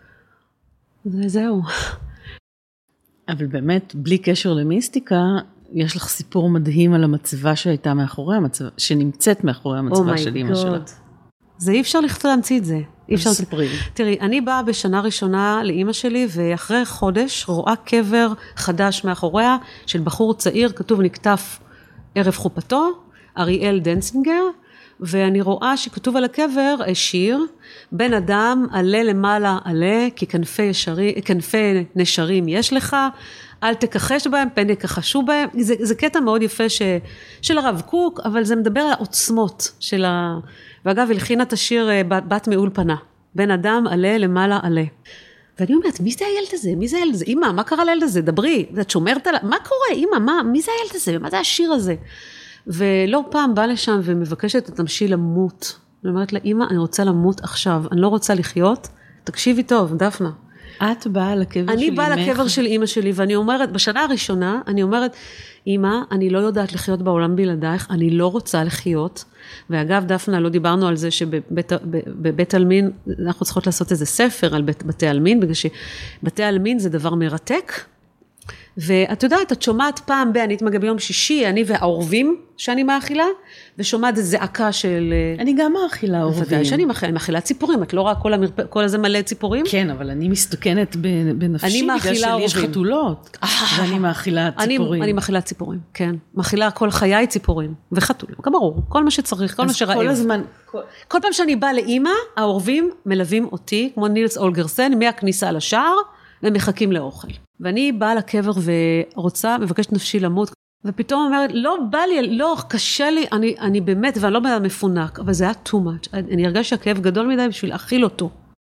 Speaker 3: וזהו.
Speaker 2: אבל באמת, בלי קשר למיסטיקה, יש לך סיפור מדהים על המצבה שהייתה מאחורי המצבה, שנמצאת מאחורי המצבה oh של אמא שלה.
Speaker 3: זה אי אפשר לכתוב להמציא את זה. אי אפשר
Speaker 2: לספרים.
Speaker 3: תראי, אני באה בשנה ראשונה לאמא שלי, ואחרי חודש רואה קבר חדש מאחוריה, של בחור צעיר, כתוב נקטף ערב חופתו, אריאל דנסינגר, ואני רואה שכתוב על הקבר שיר, בן אדם עלה למעלה עלה, כי כנפי, ישרי, כנפי נשרים יש לך, אל תכחש בהם, פן יכחשו בהם, זה, זה קטע מאוד יפה ש, של הרב קוק, אבל זה מדבר על העוצמות של ה... ואגב, הלחינה את השיר בת, בת מעול פנה, בן אדם עלה למעלה עלה. ואני אומרת, מי זה הילד הזה? מי זה הילד הזה? אמא, מה קרה לילד הזה? דברי, את שומרת עליו, מה קורה? אמא, מה, מי זה הילד הזה? מה זה השיר הזה? ולא פעם בא לשם ומבקשת את תמשיל למות. אני אומרת לה, אמא, אני רוצה למות עכשיו, אני לא רוצה לחיות, תקשיבי טוב, דפנה.
Speaker 2: את באה לקבר של אמא.
Speaker 3: אני באה לקבר של אמא שלי, ואני אומרת, בשנה הראשונה, אני אומרת, אמא, אני לא יודעת לחיות בעולם בלעדייך, אני לא רוצה לחיות, ואגב, דפנה, לא דיברנו על זה שבבית אלמין, אנחנו צריכות לעשות איזה ספר על בית, בתי אלמין, בגלל שבתי אלמין זה דבר מרתק, ואת יודעת, את שומעת פעם בה, אני אתמגע ביום שישי, אני והעורבים שאני מאכילה, ושומעת איזו זעקה של...
Speaker 2: אני גם מאכילה עורבים.
Speaker 3: בוודאי שאני מאכילה ציפורים, את לא רואה כל, המרפ... כל הזה מלא ציפורים?
Speaker 2: כן, אבל אני מסתכנת בנפשי, בגלל שלי יש חתולות, ואני מאכילה ציפורים.
Speaker 3: אני מאכילה ציפורים, כן. מאכילה כל חיי ציפורים, וחתולים, גם ברור, כל מה שצריך, כל מה שראינו.
Speaker 2: כל הזמן...
Speaker 3: כל פעם שאני באה לאמא, העורבים מלווים אותי, כמו נילס אולגרסן, מהכניסה לשער, ומחכים לאוכל. ואני באה לקבר ורוצה, מבקשת נפשי למות, ופתאום אומרת, לא בא לי, לא, קשה לי, אני, אני באמת, ואני לא בן מפונק, אבל זה היה too much. אני הרגש שהכאב גדול מדי בשביל להכיל אותו.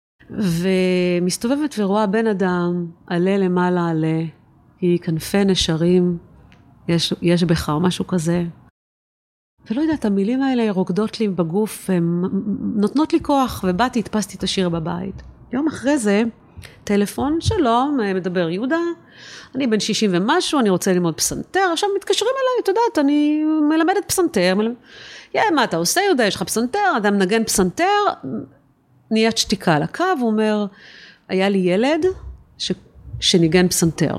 Speaker 3: ומסתובבת ורואה בן אדם, עלה למעלה עלה, היא כנפי נשרים, יש, יש בך או משהו כזה. ולא יודעת, המילים האלה רוקדות לי בגוף, נותנות לי כוח, ובאתי, התפסתי את השיר בבית. יום אחרי זה, טלפון, שלום, מדבר יהודה, אני בן שישים ומשהו, אני רוצה ללמוד פסנתר, עכשיו מתקשרים אליי, אתה יודעת, אני מלמדת פסנתר, מלמד... יא, מה אתה עושה יהודה, יש לך פסנתר, אתה מנגן פסנתר, נהיית שתיקה על הקו, הוא אומר, היה לי ילד ש... שניגן פסנתר.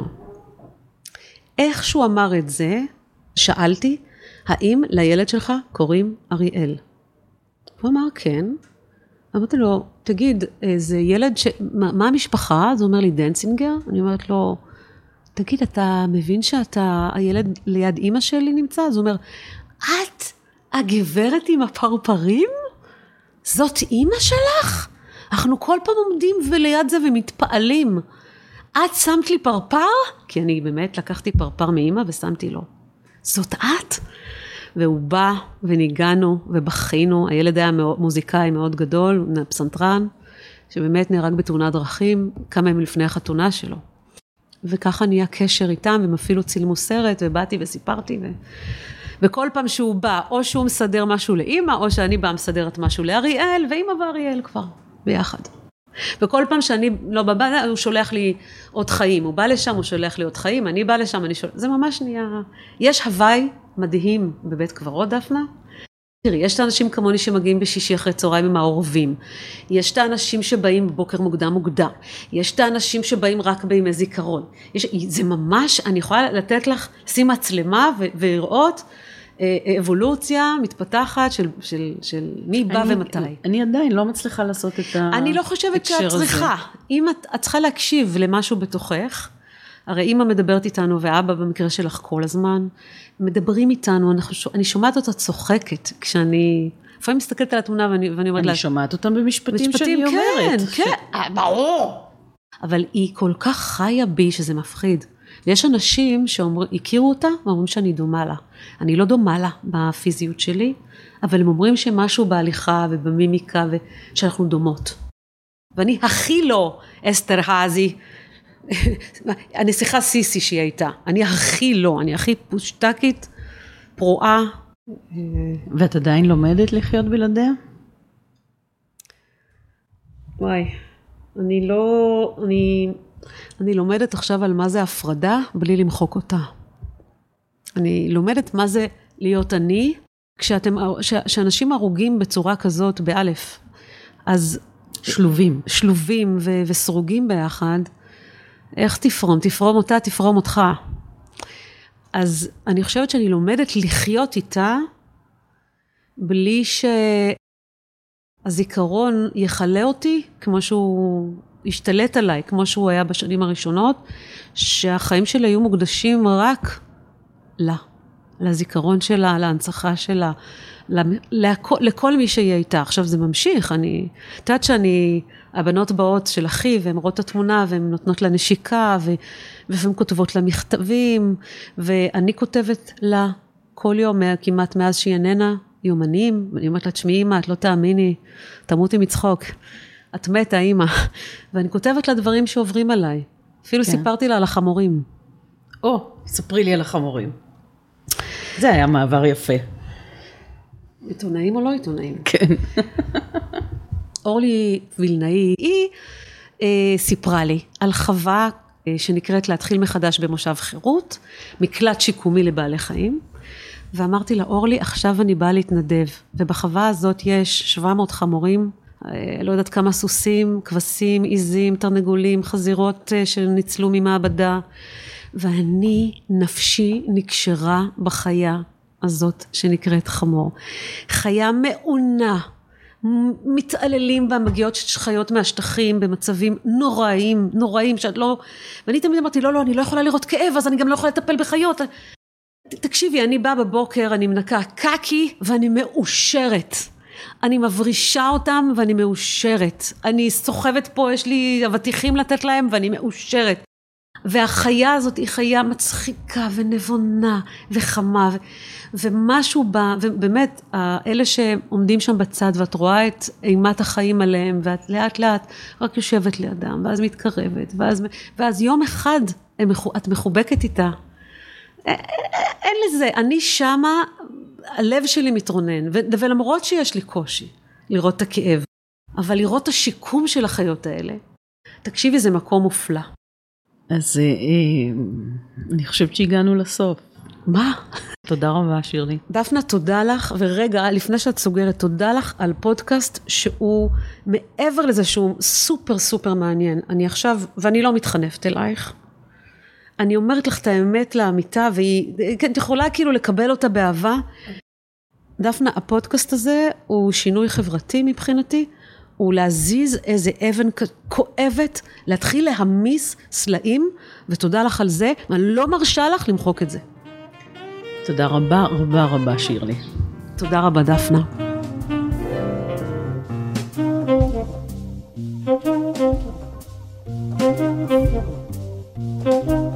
Speaker 3: איך שהוא אמר את זה, שאלתי, האם לילד שלך קוראים אריאל? הוא אמר, כן. אמרתי לו, תגיד, זה ילד ש... מה, מה המשפחה? אז הוא אומר לי, דנסינגר. אני אומרת לו, תגיד, אתה מבין שאתה, הילד ליד אמא שלי נמצא? אז הוא אומר, את הגברת עם הפרפרים? זאת אמא שלך? אנחנו כל פעם עומדים וליד זה ומתפעלים. את שמת לי פרפר? כי אני באמת לקחתי פרפר מאמא ושמתי לו. זאת את? והוא בא וניגענו ובכינו, הילד היה מוזיקאי מאוד גדול, פסנתרן, שבאמת נהרג בתאונת דרכים, כמה ימים לפני החתונה שלו. וככה נהיה קשר איתם, והם אפילו צילמו סרט, ובאתי וסיפרתי, ו... וכל פעם שהוא בא, או שהוא מסדר משהו לאמא, או שאני באה מסדרת משהו לאריאל, ואמא ואריאל כבר ביחד. וכל פעם שאני לא בא, הוא שולח לי עוד חיים, הוא בא לשם, הוא שולח לי עוד חיים, אני בא לשם, אני שולח, זה ממש נהיה, יש הוואי מדהים בבית קברות דפנה. תראי, יש את האנשים כמוני שמגיעים בשישי אחרי צהריים עם העורבים, יש את האנשים שבאים בבוקר מוקדם מוקדם, יש את האנשים שבאים רק בימי זיכרון, יש, זה ממש, אני יכולה לתת לך, שים מצלמה ו- ולראות, אבולוציה מתפתחת של, של, של מי בא
Speaker 2: אני,
Speaker 3: ומתי.
Speaker 2: אני עדיין לא מצליחה לעשות את ההקשר הזה.
Speaker 3: אני לא חושבת שאת צריכה. אם את, את צריכה להקשיב למשהו בתוכך, הרי אמא מדברת איתנו ואבא במקרה שלך כל הזמן, מדברים איתנו, אנחנו, אני שומעת אותה צוחקת, כשאני, לפעמים מסתכלת על התמונה ואני, ואני אומרת לה...
Speaker 2: אני שומעת אותם במשפטים שאני אומרת.
Speaker 3: כן, כן, ברור. אבל היא כל כך חיה בי שזה מפחיד. ויש אנשים שהכירו אותה ואומרים שאני דומה לה. אני לא דומה לה בפיזיות שלי, אבל הם אומרים שמשהו בהליכה ובמימיקה ושאנחנו דומות. ואני הכי לא אסתר האזי, הנסיכה סיסי שהיא הייתה. אני הכי לא, אני הכי פושטקית, פרועה.
Speaker 2: ואת עדיין לומדת לחיות בלעדיה?
Speaker 3: וואי, אני לא, אני... אני לומדת עכשיו על מה זה הפרדה, בלי למחוק אותה. אני לומדת מה זה להיות אני, כשאתם, שאנשים הרוגים בצורה כזאת, באלף, אז...
Speaker 2: שלובים.
Speaker 3: שלובים ו- וסרוגים ביחד, איך תפרום? תפרום אותה, תפרום אותך. אז אני חושבת שאני לומדת לחיות איתה, בלי שהזיכרון יחלה אותי, כמו שהוא... השתלט עליי, כמו שהוא היה בשנים הראשונות, שהחיים שלה היו מוקדשים רק לה, לזיכרון שלה, להנצחה שלה, לכל, לכל מי שהיא הייתה. עכשיו זה ממשיך, אני, את יודעת שאני, הבנות באות של אחי, והן רואות את התמונה, והן נותנות לה נשיקה, והן כותבות לה מכתבים, ואני כותבת לה כל יום, כמעט מאז שהיא איננה, יומנים, ואני אומרת לה, תשמעי אמא, את לא תאמיני, תמותי מצחוק. את מתה, אימא. ואני כותבת לה דברים שעוברים עליי. אפילו כן. סיפרתי לה על החמורים.
Speaker 2: או, ספרי לי על החמורים. זה היה מעבר יפה.
Speaker 3: עיתונאים או לא עיתונאים?
Speaker 2: כן.
Speaker 3: אורלי וילנאי, היא אה, סיפרה לי על חווה אה, שנקראת להתחיל מחדש במושב חירות, מקלט שיקומי לבעלי חיים, ואמרתי לה, אורלי, עכשיו אני באה להתנדב, ובחווה הזאת יש שבע מאות חמורים, לא יודעת כמה סוסים, כבשים, עיזים, תרנגולים, חזירות שניצלו ממעבדה, ואני נפשי נקשרה בחיה הזאת שנקראת חמור. חיה מעונה, מתעללים בה, מגיעות חיות מהשטחים במצבים נוראים, נוראים, שאת לא, ואני תמיד אמרתי, לא, לא, אני לא יכולה לראות כאב, אז אני גם לא יכולה לטפל בחיות. תקשיבי, אני באה בבוקר, אני מנקה קקי, ואני מאושרת. אני מברישה אותם ואני מאושרת. אני סוחבת פה, יש לי אבטיחים לתת להם ואני מאושרת. והחיה הזאת היא חיה מצחיקה ונבונה וחמה, ו- ומשהו בה, ובאמת, אלה שעומדים שם בצד, ואת רואה את אימת החיים עליהם, ואת לאט לאט רק יושבת לידם, ואז מתקרבת, ואז, ואז יום אחד את מחובקת איתה. אין לזה, אני שמה, הלב שלי מתרונן, ו- ולמרות שיש לי קושי לראות את הכאב, אבל לראות את השיקום של החיות האלה, תקשיבי, זה מקום מופלא.
Speaker 2: אז אה, אני חושבת שהגענו לסוף.
Speaker 3: מה?
Speaker 2: תודה רבה, שירלי.
Speaker 3: דפנה, תודה לך, ורגע, לפני שאת סוגרת, תודה לך על פודקאסט שהוא מעבר לזה שהוא סופר סופר מעניין. אני עכשיו, ואני לא מתחנפת אלייך, אני אומרת לך את האמת לאמיתה, והיא, את יכולה כאילו לקבל אותה באהבה. דפנה, הפודקאסט הזה הוא שינוי חברתי מבחינתי, הוא להזיז איזה אבן כואבת, להתחיל להמיס סלעים, ותודה לך על זה, ואני לא מרשה לך למחוק את זה.
Speaker 2: תודה רבה רבה רבה, שירלי.
Speaker 3: תודה רבה, דפנה. Thank you.